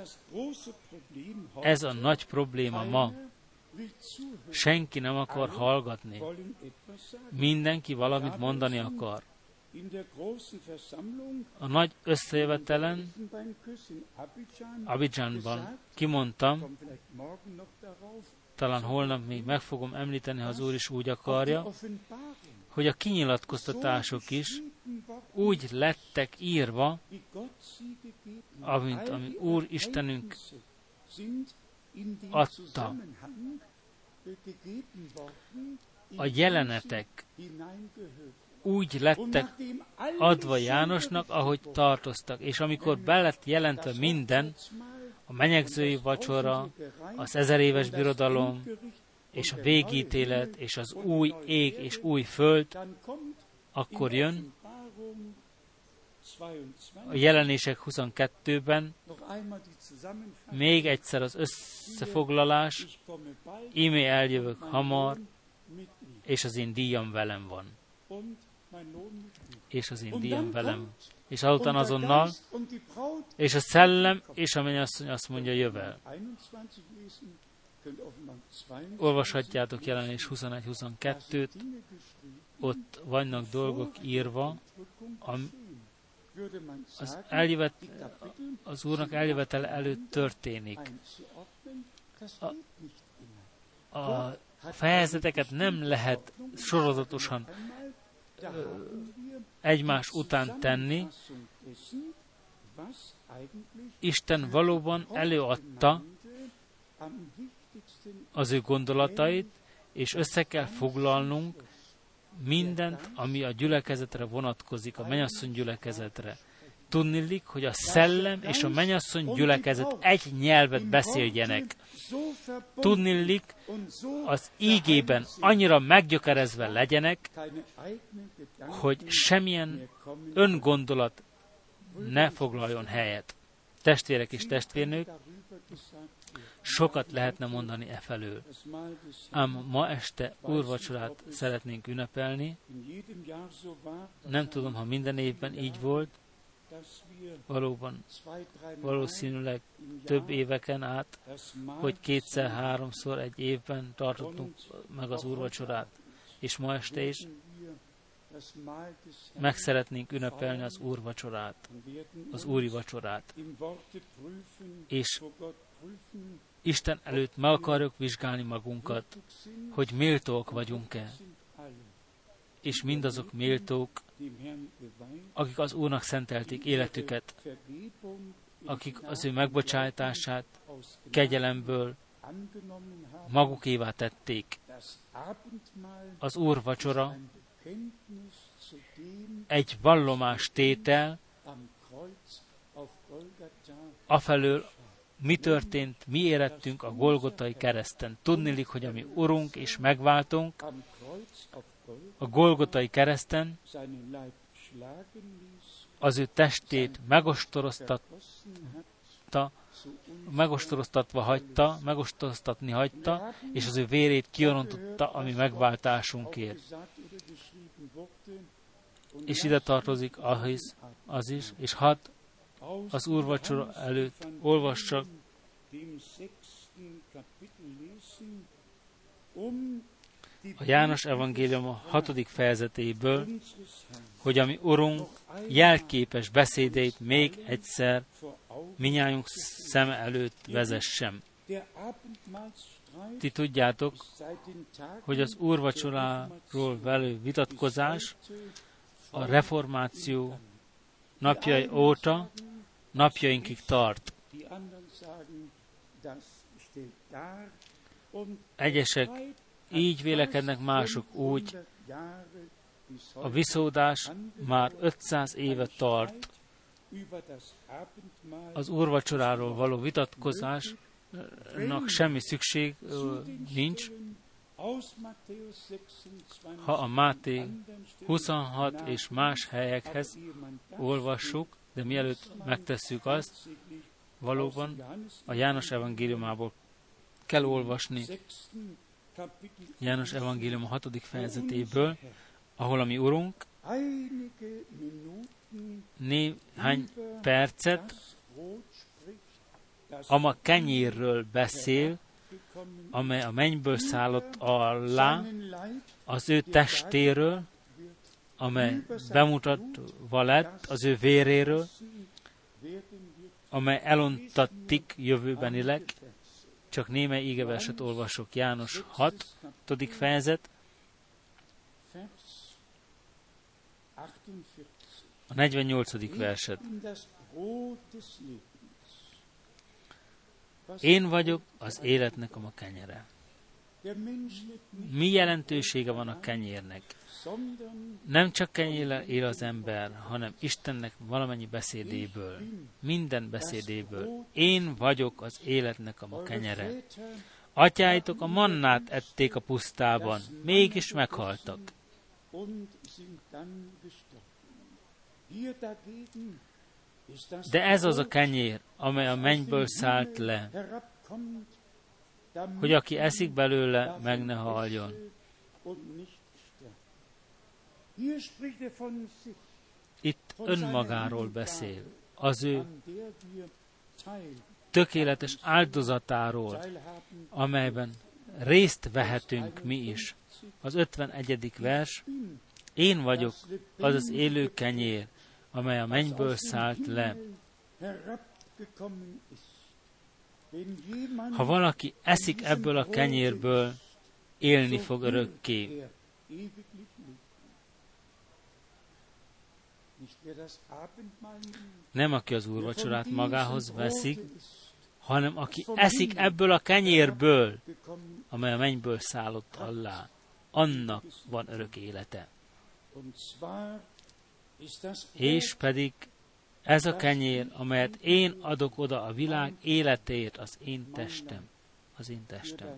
[SPEAKER 1] Ez a nagy probléma ma. Senki nem akar hallgatni. Mindenki valamit mondani akar. A nagy összejövetelen Abidjanban kimondtam, talán holnap még meg fogom említeni, ha az Úr is úgy akarja, hogy a kinyilatkoztatások is úgy lettek írva, amint ami Úr Istenünk adta. A jelenetek úgy lettek adva Jánosnak, ahogy tartoztak. És amikor be lett jelentve minden, a menyegzői vacsora, az 1000 éves birodalom, és a végítélet, és az új ég és új föld, akkor jön a jelenések 22-ben még egyszer az összefoglalás, íme eljövök hamar, és az én díjam velem van. És az én díjam velem. És azután azonnal, és a szellem és a mennyasszony azt mondja, jövel. Olvashatjátok Jelenés 21-22-t, ott vannak dolgok írva, az Úrnak eljövetele előtt történik. A fejezeteket nem lehet sorozatosan egymás után tenni. Isten valóban előadta az ő gondolatait, és össze kell foglalnunk mindent, ami a gyülekezetre vonatkozik, a mennyasszony gyülekezetre. Tudniillik, hogy a szellem és a mennyasszony gyülekezet egy nyelvet beszéljenek. Tudniillik, az ígében annyira meggyökerezve legyenek, hogy semmilyen öngondolat ne foglaljon helyet. Testvérek és testvérnők, Sokat lehetne mondani efelől. Ám ma este úrvacsorát szeretnénk ünnepelni. Nem tudom, ha minden évben így volt, valószínűleg több éveken át, hogy 2-3-szor egy évben tartottunk meg az úrvacsorát. És ma este is meg szeretnénk ünnepelni az úrvacsorát, az úri vacsorát. És Isten előtt meg akarjuk vizsgálni magunkat, hogy méltók vagyunk-e. És mindazok méltók, akik az Úrnak szentelték életüket, akik az ő megbocsátását kegyelemből magukévá tették. Az Úr vacsora egy vallomástétel afelől, mi történt, mi érettünk a Golgotai kereszten. Tudniillik, hogy a mi Urunk és megváltunk a Golgotai kereszten az ő testét megostoroztatni hagyta, és az ő vérét kiontotta a mi megváltásunkért. És ide tartozik az is, és hadd az úrvacsora előtt olvassak a János evangélium a 6. fejezetéből, hogy a mi Urunk jelképes beszédeit még egyszer minnyájunk szeme előtt vezessem. Ti tudjátok, hogy az úrvacsoráról velő vitatkozás a reformáció napjai óta napjainkig tart. Egyesek így vélekednek, mások úgy. A viszódás már 500 éve tart. Az úrvacsoráról való vitatkozásnak semmi szükség nincs. Ha a Máté 26 és más helyekhez olvassuk, de mielőtt megtesszük azt, valóban a János evangéliumából kell olvasni, János evangélium a 6. fejezetéből, ahol a mi Urunk néhány percet a kenyérről beszél, amely a mennyből szállott alá, az ő testéről, amely bemutatva lett, az ő véréről, amely elontattik jövőbenileg. Csak némely ígeverset olvasok. János 6. fejezet, a 48. verset. Én vagyok az életnek a kenyere. Mi jelentősége van a kenyérnek? Nem csak kenyérrel él az ember, hanem Istennek valamennyi beszédéből, minden beszédéből. Én vagyok az életnek a kenyere. Atyáitok a mannát ették a pusztában, mégis meghaltak. De ez az a kenyér, amely a mennyből szállt le, hogy aki eszik belőle, meg ne haljon. Itt önmagáról beszél, az ő tökéletes áldozatáról, amelyben részt vehetünk mi is. Az 51. vers, én vagyok az az élő kenyér, amely a mennyből szállt le. Ha valaki eszik ebből a kenyérből, élni fog örökké. Nem aki az úrvacsorát magához veszik, hanem aki eszik ebből a kenyérből, amely a mennyből szállott alá. Annak van örök élete. És pedig ez a kenyér, amelyet én adok oda a világ életéért, az én testem. Az én testem.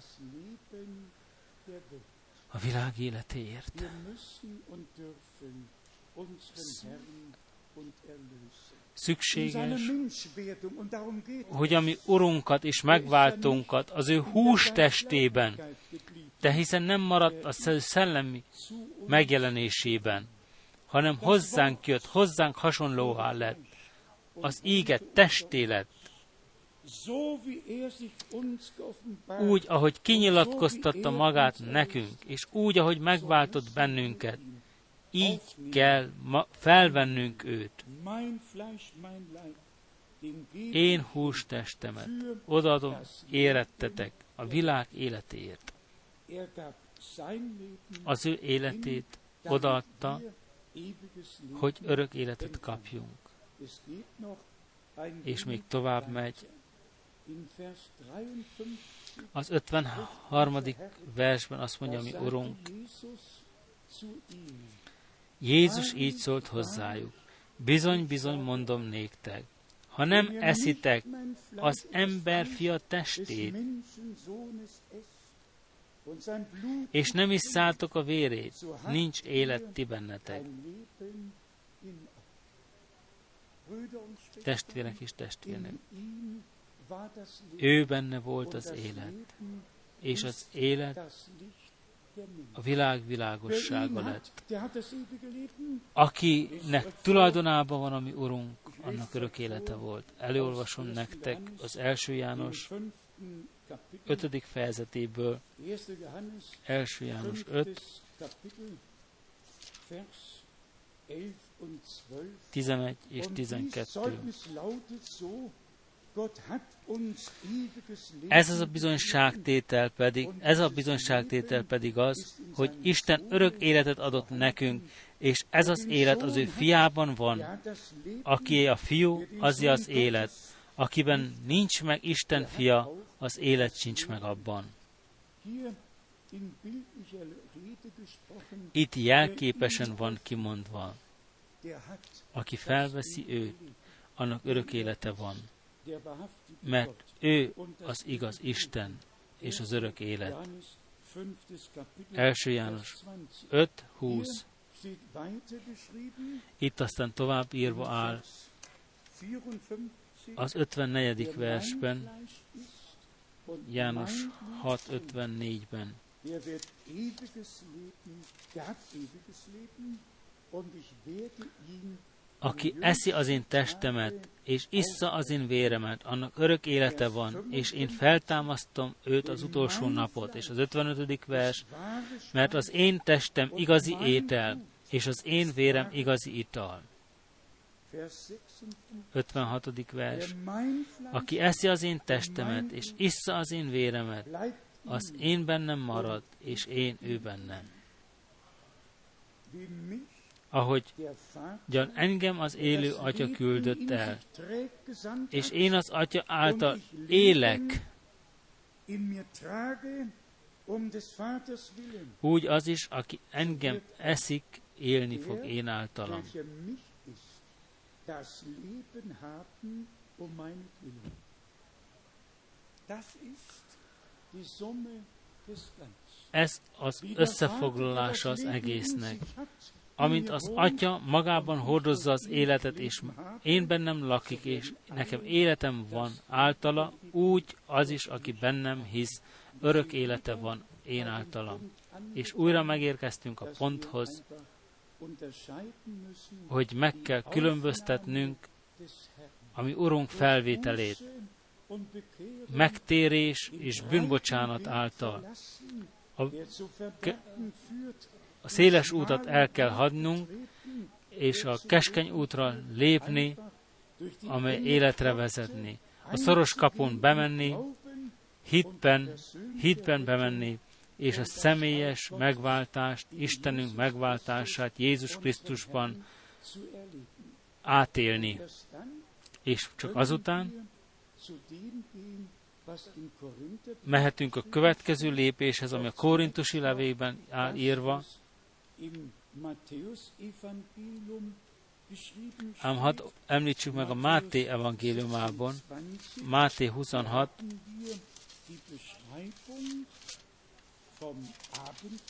[SPEAKER 1] A világ életéért. szükséges, hogy a mi Urunkat és megváltónkat az ő hústestében, de hiszen nem maradt a szellemi megjelenésében, hanem hozzánk jött, hozzánk hasonlóvá lett, az íge testé lett, úgy, ahogy kinyilatkoztatta magát nekünk, és úgy, ahogy megváltott bennünket, így kell felvennünk őt. Én hústestemet odaadom érettetek a világ életéért. Az ő életét odaadta, hogy örök életet kapjunk. És még tovább megy. Az 53. versben azt mondja, mi Urunk, Jézus így szólt hozzájuk, bizony, bizony mondom néktek, ha nem eszitek az emberfia testét, és nem isszátok a vérét, nincs élet ti bennetek. Testvérek és testvérnek, ő benne volt az élet, és az élet a világ világossága lett. Akinek tulajdonában van a mi Urunk, annak örök élete volt. Előolvasom nektek az 1. János 5. fejezetéből, 1. János 5, 11 és 12. Ez a bizonyságtétel pedig az, hogy Isten örök életet adott nekünk, és ez az élet az ő fiában van. Aki a fiú, az az élet. Akiben nincs meg Isten fia, az élet sincs meg abban. Itt jelképesen van kimondva. Aki felveszi őt, annak örök élete van. Mert ő az igaz Isten és az örök élet. 1. János 5:20. Itt aztán tovább írva áll az 54. versben, János 6:54-ben. Aki eszi az én testemet, és issza az én véremet, annak örök élete van, és én feltámasztom őt az utolsó napot. És az 55. vers, mert az én testem igazi étel, és az én vérem igazi ital. 56. vers, aki eszi az én testemet, és issza az én véremet, az én bennem marad, és én ő bennem. Ahogy engem az élő Atya küldött el, és én az Atya által élek, úgy az is, aki engem eszik, élni fog én általam. Ez az összefoglalása az egésznek. Amint az Atya magában hordozza az életet, és én bennem lakik, és nekem életem van általa, úgy az is, aki bennem hisz, örök élete van én általam. És újra megérkeztünk a ponthoz, hogy meg kell különböztetnünk a mi Urunk felvételét, megtérés és bűnbocsánat által. A széles útat el kell hagynunk, és a keskeny útra lépni, amely életre vezetni. A szoros kapun bemenni, hitben bemenni, és a személyes megváltást, Istenünk megváltását Jézus Krisztusban átélni. És csak azután mehetünk a következő lépéshez, ami a korintusi levélben áll írva. Ám hadd említsük meg a Máté evangéliumában, Máté 26,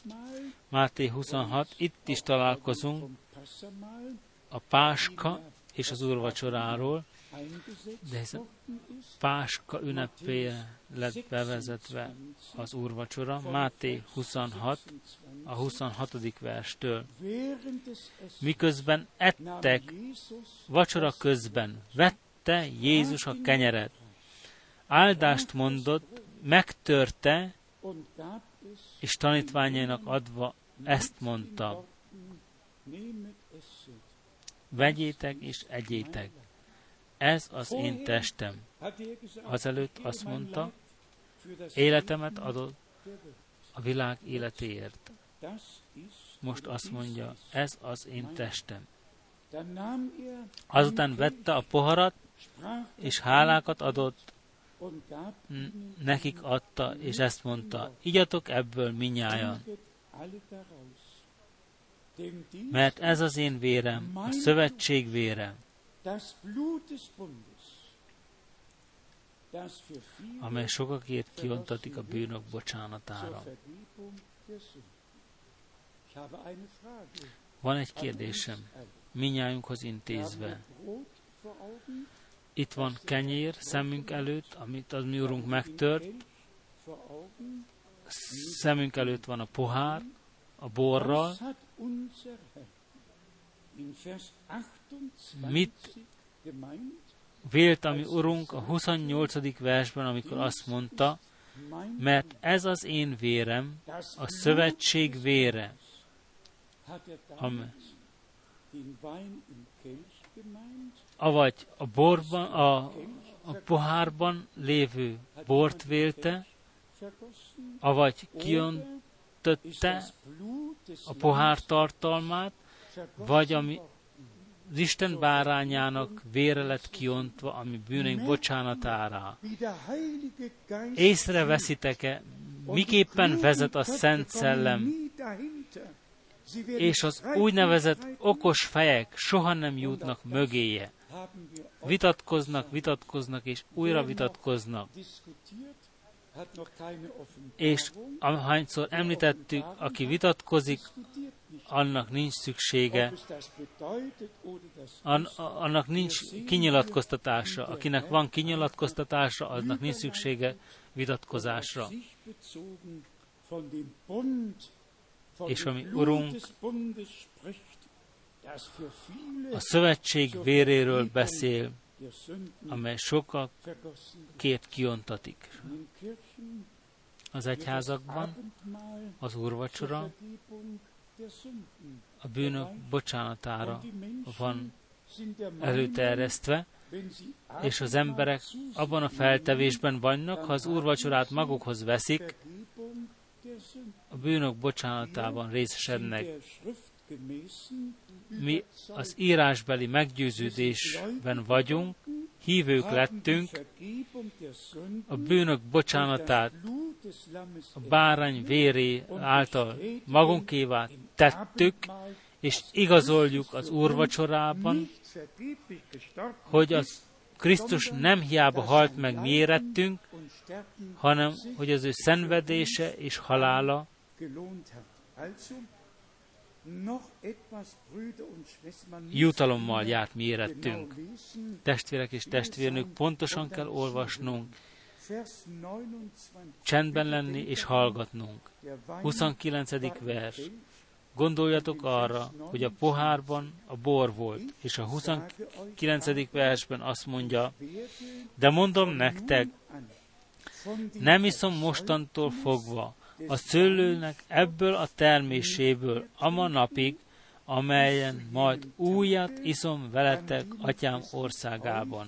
[SPEAKER 1] Máté 26, itt is találkozunk a Páska és az úrvacsoráról, de ez a Páska ünnepére lett bevezetve az úrvacsora, Máté 26, a 26. verstől. Miközben ettek, vacsora közben vette Jézus a kenyeret, áldást mondott, megtörte, és tanítványainak adva ezt mondta: vegyétek és egyétek, ez az én testem. Azelőtt azt mondta, életemet adott a világ életéért. Most azt mondja, ez az én testem. Azután vette a poharat, és hálákat adott, nekik adta, és ezt mondta: igyatok ebből minnyájan, mert ez az én vérem, a szövetség vére, amely sokakért kiontatik a bűnök bocsánatára. Van egy kérdésem, minnyájunkhoz intézve. Itt van kenyér szemünk előtt, amit az mi Urunk megtört. Szemünk előtt van a pohár, a borral. Mit vélt a mi Urunk a 28. versben, amikor azt mondta, mert ez az én vérem, a szövetség vére, avagy a borban, a pohárban lévő bort vélte, avagy kiöntötte a pohár tartalmát, vagy ami az Isten bárányának vére lett kiontva, ami bűneink bocsánatára. Észreveszitek-e, miképpen vezet a Szent Szellem, és az úgynevezett okos fejek soha nem jutnak mögéje. Vitatkoznak, és újra vitatkoznak. És ahányszor említettük, aki vitatkozik, annak nincs szüksége, annak nincs kinyilatkoztatása. Akinek van kinyilatkoztatása, annak nincs szüksége vitatkozásra. És ami Urunk a szövetség véréről beszél, amely sokakért kiontatik. Az egyházakban az úrvacsora a bűnök bocsánatára van előterjesztve, és az emberek abban a feltevésben vannak, ha az úrvacsorát magukhoz veszik, a bűnök bocsánatában részesednek. Mi az írásbeli meggyőződésben vagyunk, hívők lettünk, a bűnök bocsánatát a bárány véré által magunkévá tettük, és igazoljuk az úrvacsorában, hogy az Krisztus nem hiába halt meg mi érettünk, hanem hogy az ő szenvedése és halála jutalommal járt mi érettünk. Testvérek és testvérnők, pontosan kell olvasnunk, csendben lenni és hallgatnunk. 29. vers. Gondoljatok arra, hogy a pohárban a bor volt, és a 29. versben azt mondja, de mondom nektek, nem iszom mostantól fogva a szőlőnek ebből a terméséből ama napig, amelyen majd újat iszom veletek Atyám országában.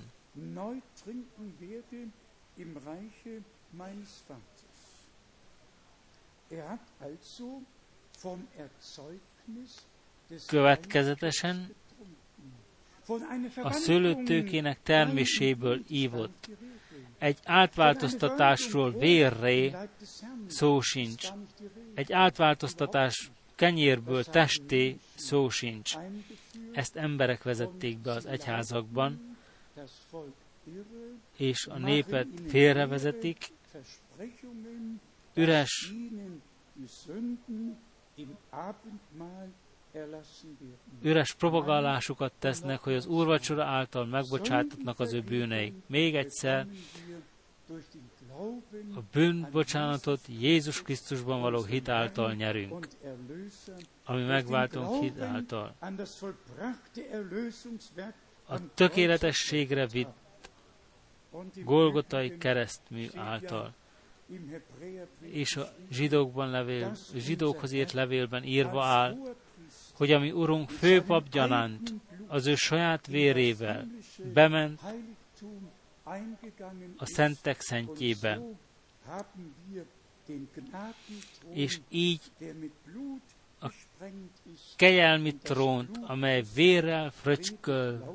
[SPEAKER 1] Következetesen a szőlőtőkének terméséből ívott. Egy átváltoztatásról vérré szó sincs. Egy átváltoztatás kenyérből testé szó sincs. Ezt emberek vezették be az egyházakban, és a népet félrevezetik, üres üres propagálásukat tesznek, hogy az úrvacsora által megbocsátatnak az ő bűneik. Még egyszer, a bűnbocsánatot Jézus Krisztusban való hit által nyerünk, ami megváltunk hit által. A tökéletességre vitt Golgotai keresztmű által. És a zsidókhoz írt levélben írva áll, hogy a mi Urunk főpap gyanánt az ő saját vérével bement a szentek szentjébe, és így a kegyelmi trónt, amely vérrel fröcsköl,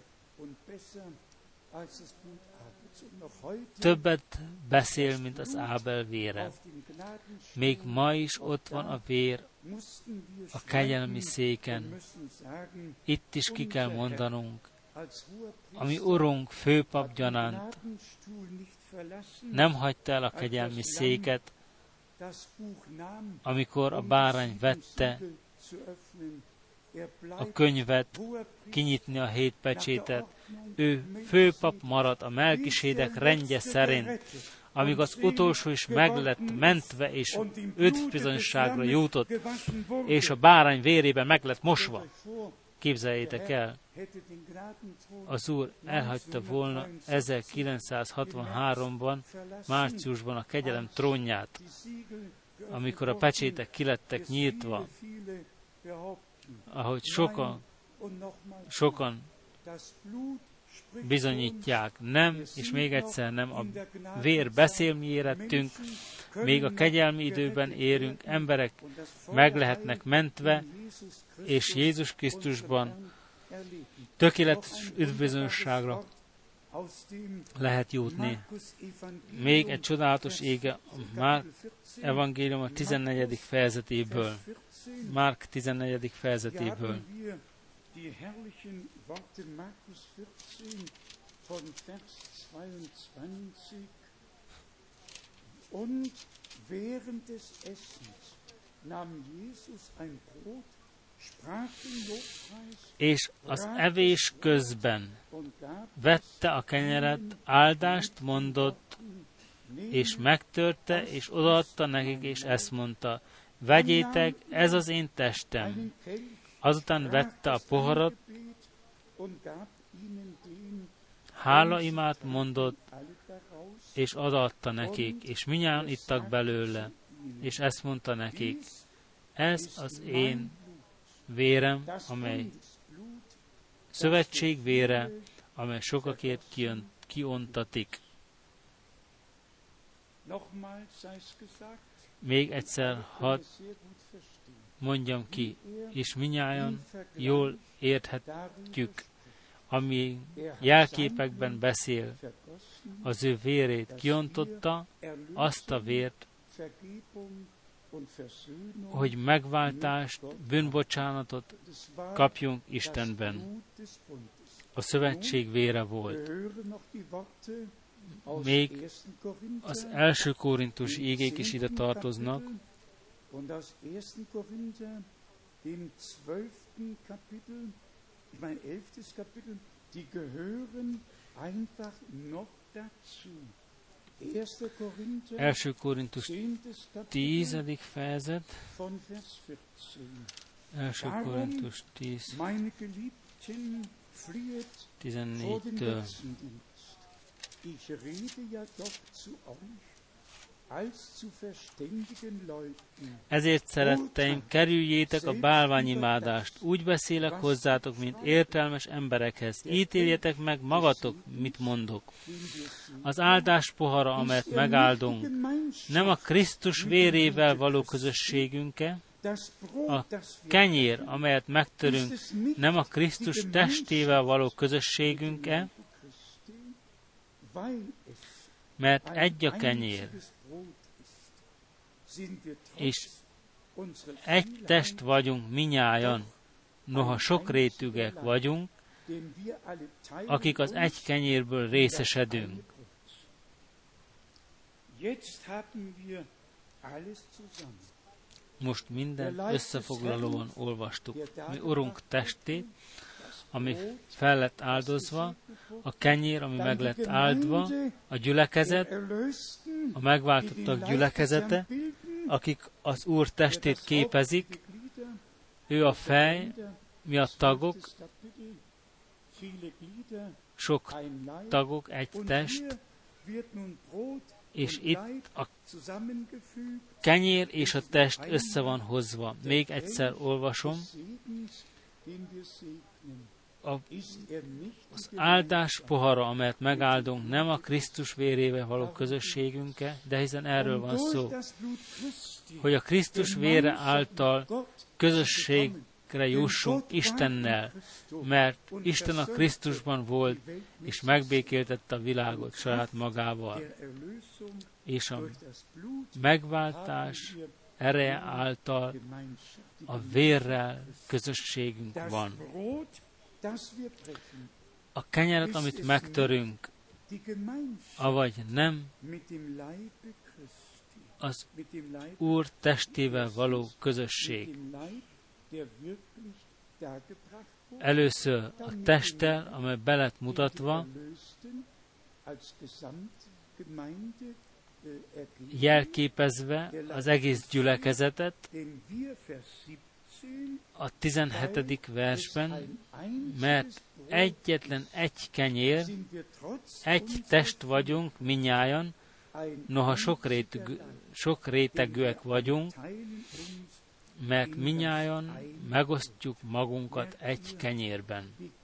[SPEAKER 1] többet beszél, mint az Ábel vére. Még ma is ott van a vér a kegyelmi széken. Itt is ki kell mondanunk, ami Urunk főpap gyanánt nem hagyta el a kegyelmi széket, amikor a bárány vette a könyvet, kinyitni a 7 pecsétet. Ő főpap maradt a Melkisédek rendje szerint, amíg az utolsó is meg lett mentve, és üdvbizonyságra jutott, és a bárány vérében meg lett mosva. Képzeljétek el, az Úr elhagyta volna 1963-ban, márciusban a kegyelem trónját, amikor a pecsétek kilettek nyitva, ahogy sokan bizonyítják, nem, és még egyszer nem, a vér beszél, mi érettünk, még a kegyelmi időben érünk, emberek meg lehetnek mentve, és Jézus Krisztusban tökéletes üdvbizonyosságra lehet jutni. Még egy csodálatos ége a Márk evangélium a 14. fejezetéből. Márk 14. fejezetéből.
[SPEAKER 2] Die herrlichen Worte Markus 14 von Vers 22. Und während des Essens nahm Jesus ein Brot, sprach den Lobpreis,
[SPEAKER 1] és az evés közben vette a kenyeret, áldást mondott, és megtörte, és odaadta nekik, és ezt mondta, vegyétek, ez az én testem. Azután vette a poharat, hálaimát mondott, és odaadta nekik, és mindnyájan ittak belőle, és ezt mondta nekik, ez az én vérem, amely szövetség vére, amely sokakért kiontatik. Még egyszer hadd mondjam ki, és mindnyájan jól érthetjük, ami jelképekben beszél, az ő vérét kiontotta, azt a vért, hogy megváltást, bűnbocsánatot kapjunk Istenben. A szövetség vére volt. Még az első Korintus ígék is ide tartoznak.
[SPEAKER 2] Und aus 1. Korinther, dem 12. Kapitel, ich meine 11. Kapitel, die gehören einfach noch dazu.
[SPEAKER 1] 1. Korintus 10. fejezet, 1. Korintus 10, 14-től.
[SPEAKER 2] Ich rede ja doch zu euch, als zu verständigen Leuten.
[SPEAKER 1] Ezért, szeretteim, kerüljétek a bálványimádást. Úgy beszélek hozzátok, mint értelmes emberekhez. Ítéljetek meg magatok, mit mondok. Az áldás pohara, amelyet megáldunk, nem a Krisztus vérével való közösségünk-e? A kenyér, amelyet megtörünk, nem a Krisztus testével való közösségünk-e? Mert egy a kenyér, és egy test vagyunk minnyájan, noha sokrétűek vagyunk, akik az egy kenyérből részesedünk. Most minden összefoglalóan olvastuk. Mi Urunk testét, ami fel lett áldozva, a kenyér, ami meg lett áldva, a gyülekezet, a megváltottak gyülekezete, akik az Úr testét képezik, ő a fej, mi a tagok, sok tagok, egy test, és itt a kenyér és a test össze van hozva. Még egyszer olvasom. Az áldás pohara, amelyet megáldunk, nem a Krisztus vérével való közösségünke, de hiszen erről van szó, hogy a Krisztus vére által közösségre jussunk Istennel, mert Isten a Krisztusban volt, és megbékéltette a világot saját magával. És a megváltás ereje által a vérrel közösségünk van. A kenyeret, amit megtörünk, avagy nem, az Úr testével való közösség. Először a testtel, amely be lett mutatva, jelképezve az egész gyülekezetet, a 17. versben, mert egyetlen egy kenyér, egy test vagyunk minnyájan, noha sok rétegűek vagyunk, mert minnyájan megosztjuk magunkat egy kenyérben.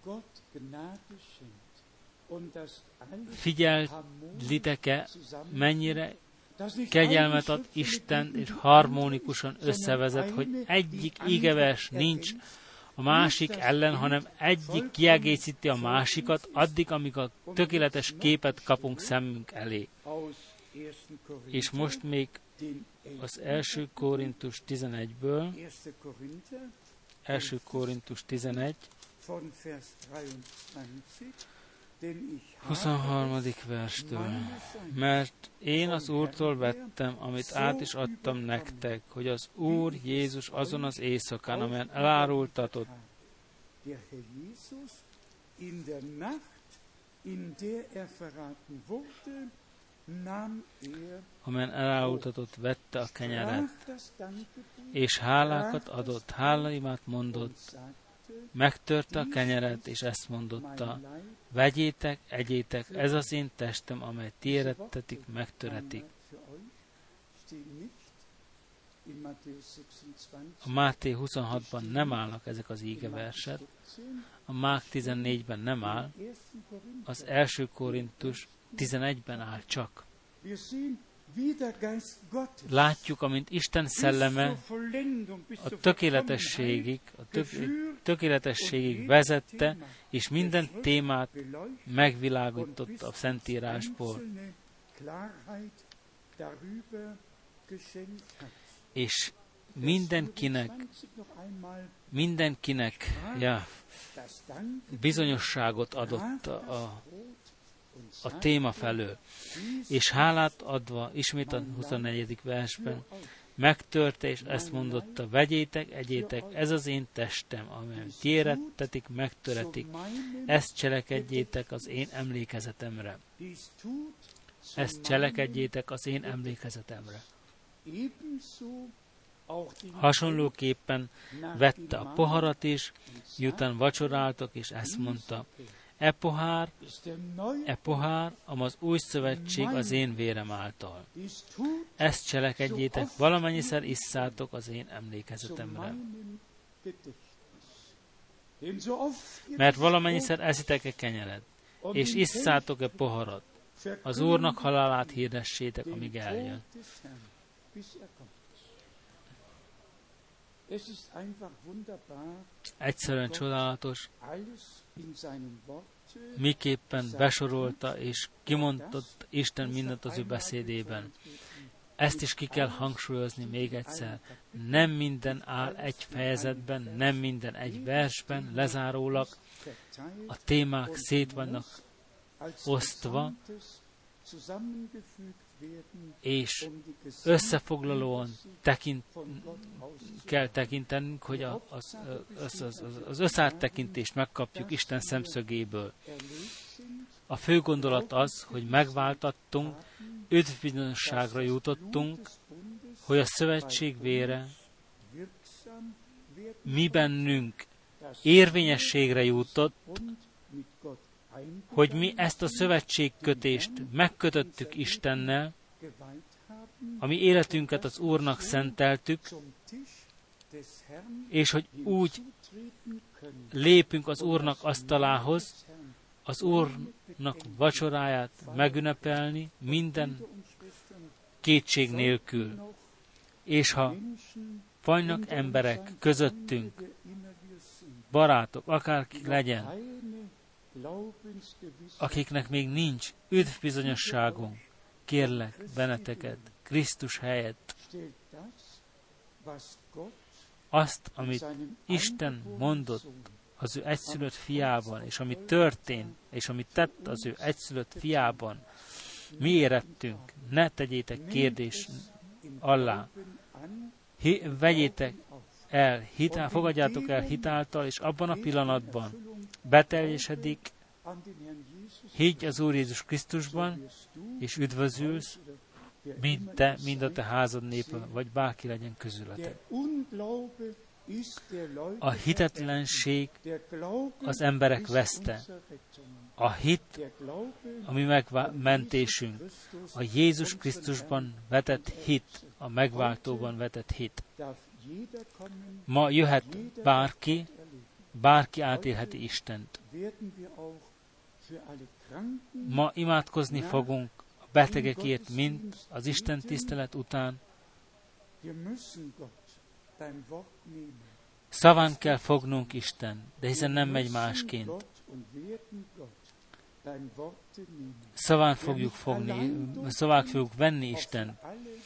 [SPEAKER 1] Figyellitek-e, mennyire kegyelmet ad Isten, és harmonikusan összevezet, hogy egyik igevers nincs a másik ellen, hanem egyik kiegészíti a másikat, addig, amíg a tökéletes képet kapunk szemünk elé. És most még az 1. Korintus 11-ből, 1. Korintus 11, 23. verstől. Mert én az Úrtól vettem, amit át is adtam nektek, hogy az Úr Jézus azon az éjszakán, amelyen elárultatott, vette a kenyeret, és hálákat adott, hálaimát mondott, megtörte a kenyeret, és ezt mondotta, vegyétek, egyétek, ez az én testem, amely ti érettetik, megtöretik. A Máté 26-ban nem állnak ezek az ígeversek, a Mák 14-ben nem áll, az 1. Korintus 11-ben áll csak. Látjuk, amint Isten szelleme a tökéletességig vezette, és minden témát megvilágított a Szentírásból. És mindenkinek bizonyosságot adott a téma felől. És hálát adva, ismét a 24. versben, megtörte, és ezt mondotta, vegyétek, egyétek, ez az én testem, amely ti érettetik, megtöretik, ezt cselekedjétek az én emlékezetemre. Ezt cselekedjétek az én emlékezetemre. Hasonlóképpen vette a poharat is, miután vacsoráltak, és ezt mondta, e pohár, amaz új szövetség az én vérem által. Ezt cselekedjétek, valamennyiszer isszátok az én emlékezetemre. Mert valamennyiszer eszitek-e kenyeret, és isszátok-e poharat, az Úrnak halálát hirdessétek, amíg eljön. Egyszerűen csodálatos, miképpen besorolta és kimondott Isten mindent az ő beszédében. Ezt is ki kell hangsúlyozni még egyszer. Nem minden áll egy fejezetben, nem minden egy versben, lezárólag. A témák szét vannak osztva, és összefoglalóan kell tekintenünk, hogy az összáttekintést megkapjuk Isten szemszögéből. A fő gondolat az, hogy megváltattunk, üdvbizonyosságra jutottunk, hogy a szövetség vére mi bennünk érvényességre jutott, hogy mi ezt a szövetségkötést megkötöttük Istennel, a mi életünket az Úrnak szenteltük, és hogy úgy lépünk az Úrnak asztalához, az Úrnak vacsoráját megünnepelni minden kétség nélkül. És ha vannak emberek közöttünk, barátok, akárki legyen, akiknek még nincs üdvbizonyosságunk, kérlek benneteket Krisztus helyett, azt, amit Isten mondott az ő egyszülött fiában, és ami történt, és amit tett az ő egyszülött fiában, mi érettünk, ne tegyétek kérdés alá. Vegyétek el, fogadjátok el hitáltal, és abban a pillanatban beteljesedik, higgy az Úr Jézus Krisztusban, és üdvözülsz, mind te, mind a te házad népe, vagy bárki legyen közületed. A hitetlenség az emberek veszte. A hit, a mi megmentésünk, a Jézus Krisztusban vetett hit, a megváltóban vetett hit. Ma jöhet bárki átélheti Istent. Ma imádkozni fogunk a betegekért, mint az Isten tisztelet után. Szaván kell fognunk Isten, de hiszen nem megy másként. Szaván fogjuk fogni, szavák fogjuk venni Isten.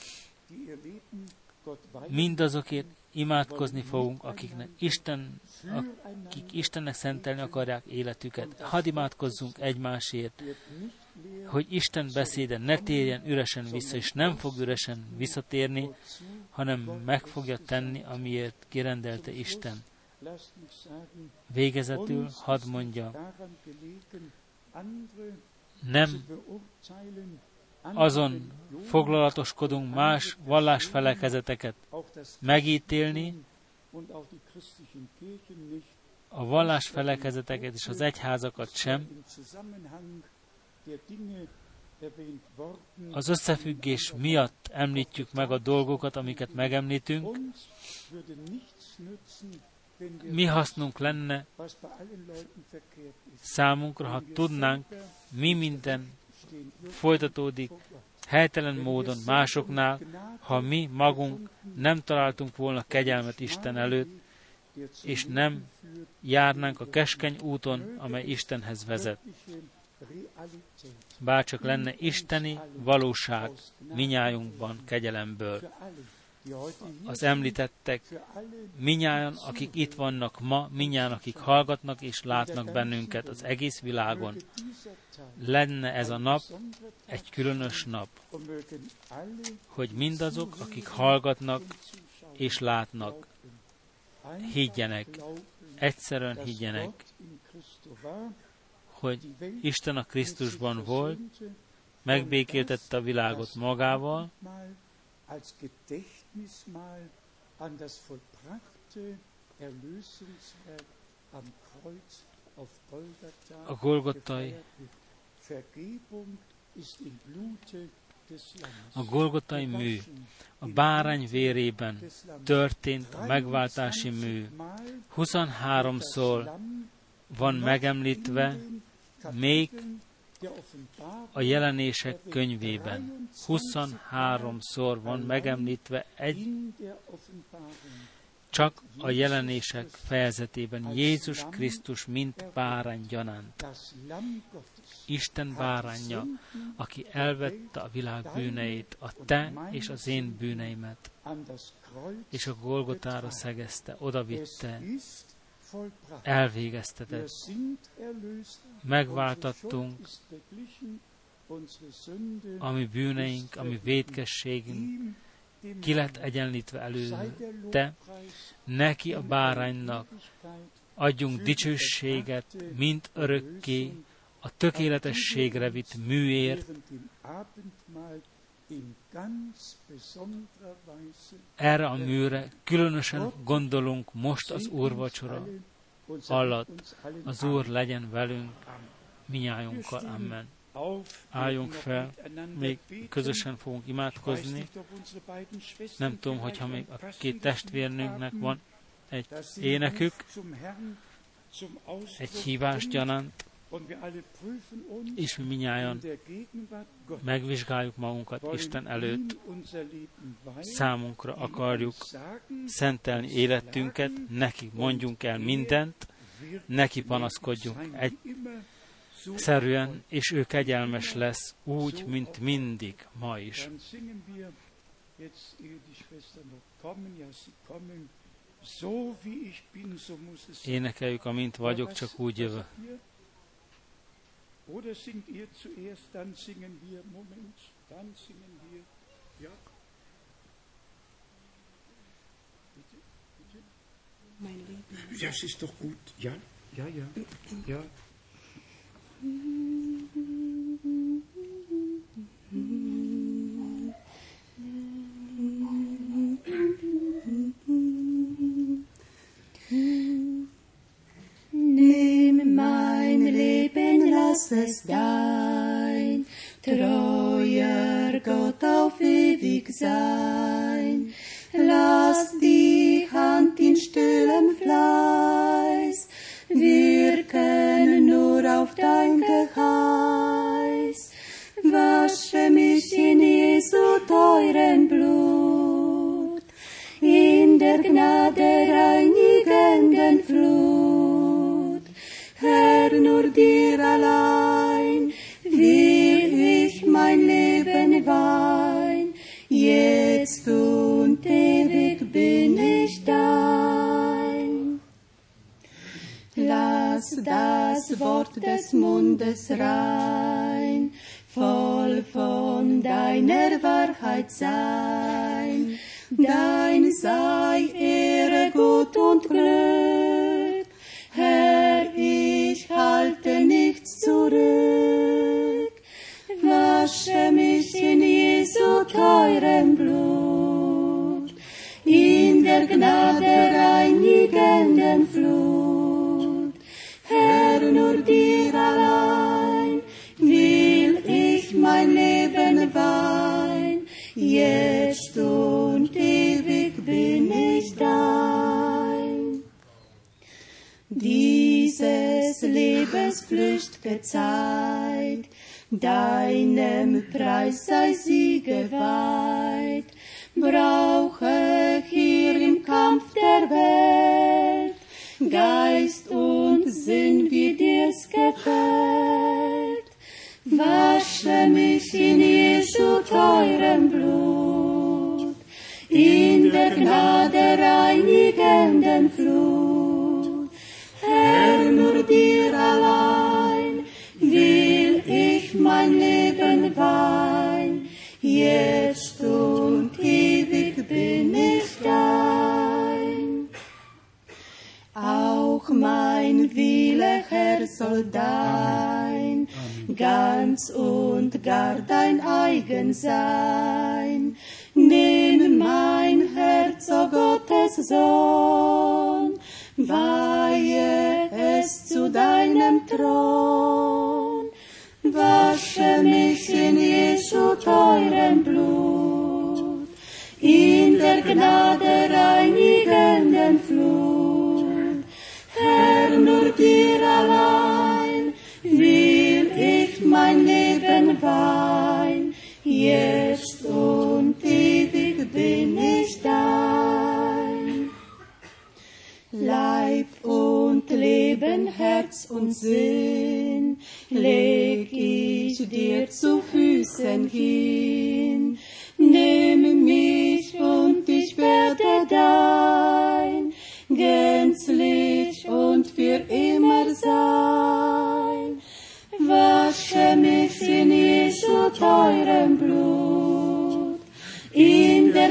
[SPEAKER 1] Mindazokért imádkozni fogunk, akik Istennek szentelni akarják életüket. Hadd imádkozzunk egymásért, hogy Isten beszéde ne térjen üresen vissza, és nem fog üresen visszatérni, hanem meg fogja tenni, amiért kirendelte Isten. Végezetül hadd mondja, nem azon foglalatoskodunk más vallásfelekezeteket megítélni, a vallásfelekezeteket és az egyházakat sem. Az összefüggés miatt említjük meg a dolgokat, amiket megemlítünk. Mi hasznunk lenne számunkra, ha tudnánk, mi minden folytatódik helytelen módon másoknál, ha mi magunk nem találtunk volna kegyelmet Isten előtt, és nem járnánk a keskeny úton, amely Istenhez vezet. Bárcsak lenne isteni valóság minnyájunkban kegyelemből. Az említettek minnyájan, akik itt vannak ma, minnyájan, akik hallgatnak és látnak bennünket az egész világon. Lenne ez a nap egy különös nap, hogy mindazok, akik hallgatnak és látnak, higgyenek, egyszerűen higgyenek, hogy Isten a Krisztusban volt, megbékéltette a világot magával, a golgotai mű, a bárány vérében történt a megváltási mű. 23-szor van megemlítve még a jelenések könyvében. 23-szor van megemlítve csak a jelenések fejezetében Jézus Krisztus, mint bárány gyanánt. Isten báránja, aki elvette a világ bűneit, a te és az én bűneimet, és a Golgotára szegezte, odavitte, elvégeztetett. Megváltattunk, a mi bűneink, a mi vétkességünk ki lett egyenlítve előtte, neki a báránynak adjunk dicsőséget, mint örökké, a tökéletességre vitt műért. Erre a műre különösen gondolunk most az úrvacsora alatt. Az Úr legyen velünk, minnyájunkkal. Amen. Álljunk fel, még közösen fogunk imádkozni. Nem tudom, hogyha még a két testvérnőnknek van egy énekük, egy hívás gyanánt, és mi minnyáján megvizsgáljuk magunkat Isten előtt. Számunkra akarjuk szentelni életünket, neki mondjunk el mindent, neki panaszkodjunk egyszerűen, és ő kegyelmes lesz, úgy, mint mindig, ma is. Énekeljük, amint vagyok, csak úgy jövök.
[SPEAKER 2] Oder singt ihr zuerst, dann singen wir. Moment, dann singen wir. Ja. Bitte, bitte.
[SPEAKER 3] Mein Leben.
[SPEAKER 2] Das ist doch gut. Ja, ja, ja. Ja.
[SPEAKER 3] Nimm mein Leben, lass es dein treuer Gott auf ewig sein. Lass die Hand in stillem Fleiß wirken nur auf dein Geheiß. Wasche mich in Jesu teuren Blut, in der Gnade reinigenden Flut. Herr, nur dir allein will ich mein Leben weihen, jetzt und ewig bin ich dein. Lass das Wort des Mundes rein, voll von deiner Wahrheit sein. Dein sei Ehre, Gut und Glück, Herr, ich halte nichts zurück. Wasche mich in Jesu teurem Blut, in der Gnade reinigenden Flut. Herr, nur dir allein will ich mein Leben weihen, jetzt und ewig bin ich dein. Dieses Lebens flücht'ge Zeit, deinem Preis sei sie geweiht. Brauche hier im Kampf der Welt Geist und Sinn, wie dir's gefällt. Wasche mich in Jesu teurem Blut, in der Gnade reinigenden Flut. Herr, nur dir allein will ich mein Leben weihen, jetzt und ewig bin ich dein. Auch mein Wille, Herr, soll dein, ganz und gar dein eigen sein. Nimm mein Herz, o Gottes Sohn, weihe es zu deinem Thron. Wasche mich in Jesu teurem Blut, in der Gnade reinigenden Flut. Herr, nur dir allein will ich mein Leben weihen, jetzt und ewig bin ich dein. Leib und Leben, Herz und Sinn leg ich dir zu Füßen hin. Nimm mich und ich werde dein, gänzlich und für immer sein. Wasche mich in Jesu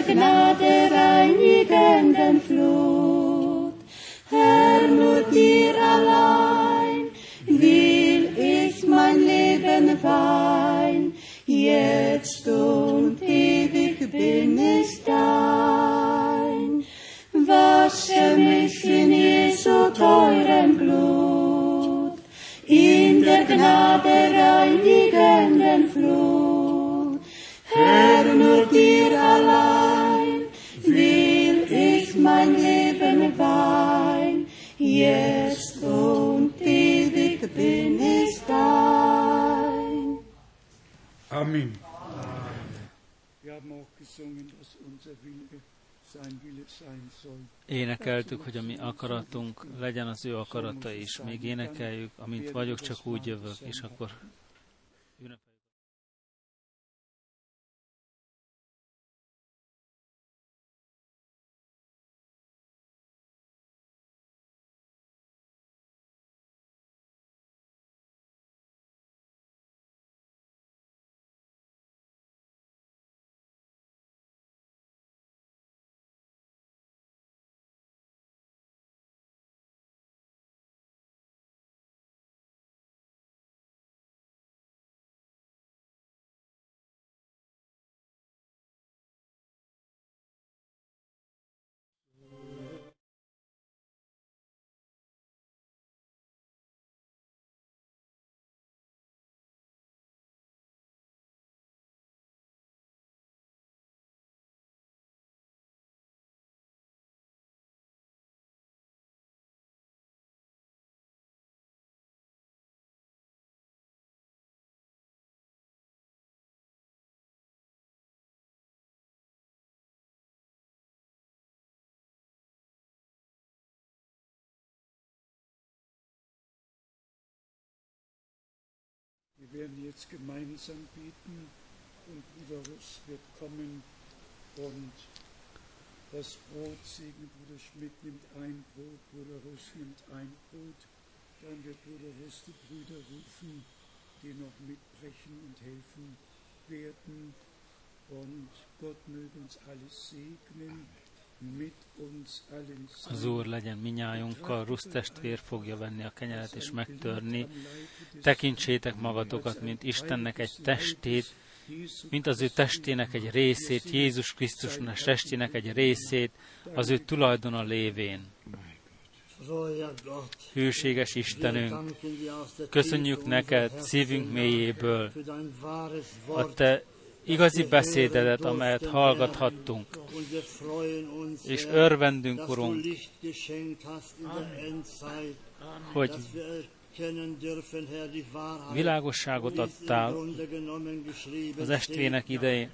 [SPEAKER 3] Gnade reinigenden Flut. Herr, nur dir allein will ich mein Leben weihen, jetzt und ewig bin ich dein. Wasche mich in Jesu teurem Blut, in der Gnade reinigenden Flut. Herr, nur dir allein will ich mein Leben weihen, jetzt und ewig bin ich dein.
[SPEAKER 2] Amen. Wir haben auch gesungen, dass unser Wille sein Wille sein soll.
[SPEAKER 1] Énekeltük, hogy a mi akaratunk legyen az ő akarata is. Még énekeljük, amint vagyok, csak úgy jövök, és akkor ünnepeljük.
[SPEAKER 2] Wir werden jetzt gemeinsam beten und Bruder Russ wird kommen und das Brot segnen. Bruder Schmidt nimmt ein Brot, Bruder Russ nimmt ein Brot. Dann wird Bruder Russ die Brüder rufen, die noch mitbrechen und helfen werden. Und Gott möge uns alles segnen.
[SPEAKER 1] Az Úr legyen minnyájunkkal, Rusz testvér fogja venni a kenyeret és megtörni. Tekintsétek magatokat, mint Istennek egy testét, mint az ő testének egy részét, Jézus Krisztusnak testének egy részét, az ő tulajdona lévén. Hűséges Istenünk, köszönjük neked szívünk mélyéből a te igazi beszédedet, amelyet hallgathattunk, és örvendünk, Urunk, hogy világosságot adtál az estvének idején,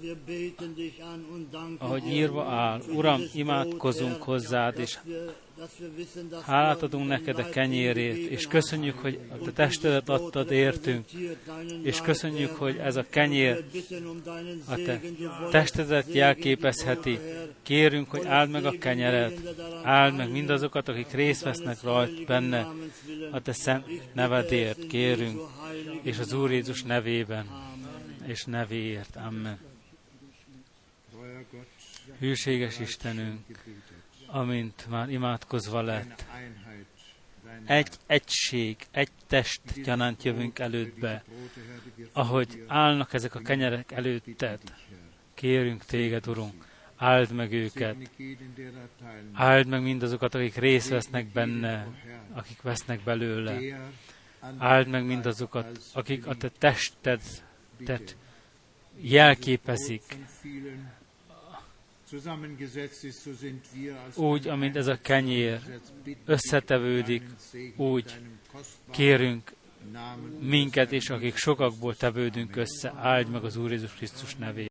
[SPEAKER 1] ahogy írva áll. Uram, imádkozunk hozzád, és hálát adunk neked a kenyérért, és köszönjük, hogy a te testedet adtad értünk, és köszönjük, hogy ez a kenyér a te testedet jelképezheti. Kérünk, hogy áld meg a kenyeret, áld meg mindazokat, akik részt vesznek rajt benne, a te szent nevedért kérünk, és az Úr Jézus nevében, és nevéért. Amen. Hűséges Istenünk, amint már imádkozva lett, egy egység, egy test gyanánt jövünk elődbe, ahogy állnak ezek a kenyerek előtted. Kérünk téged, Urunk, áld meg őket, áld meg mindazokat, akik részt vesznek benne, akik vesznek belőle, áld meg mindazokat, akik a te testedet jelképezik, úgy, amint ez a kenyér összetevődik, úgy kérünk minket, és akik sokakból tevődünk össze, áld meg az Úr Jézus Krisztus nevét.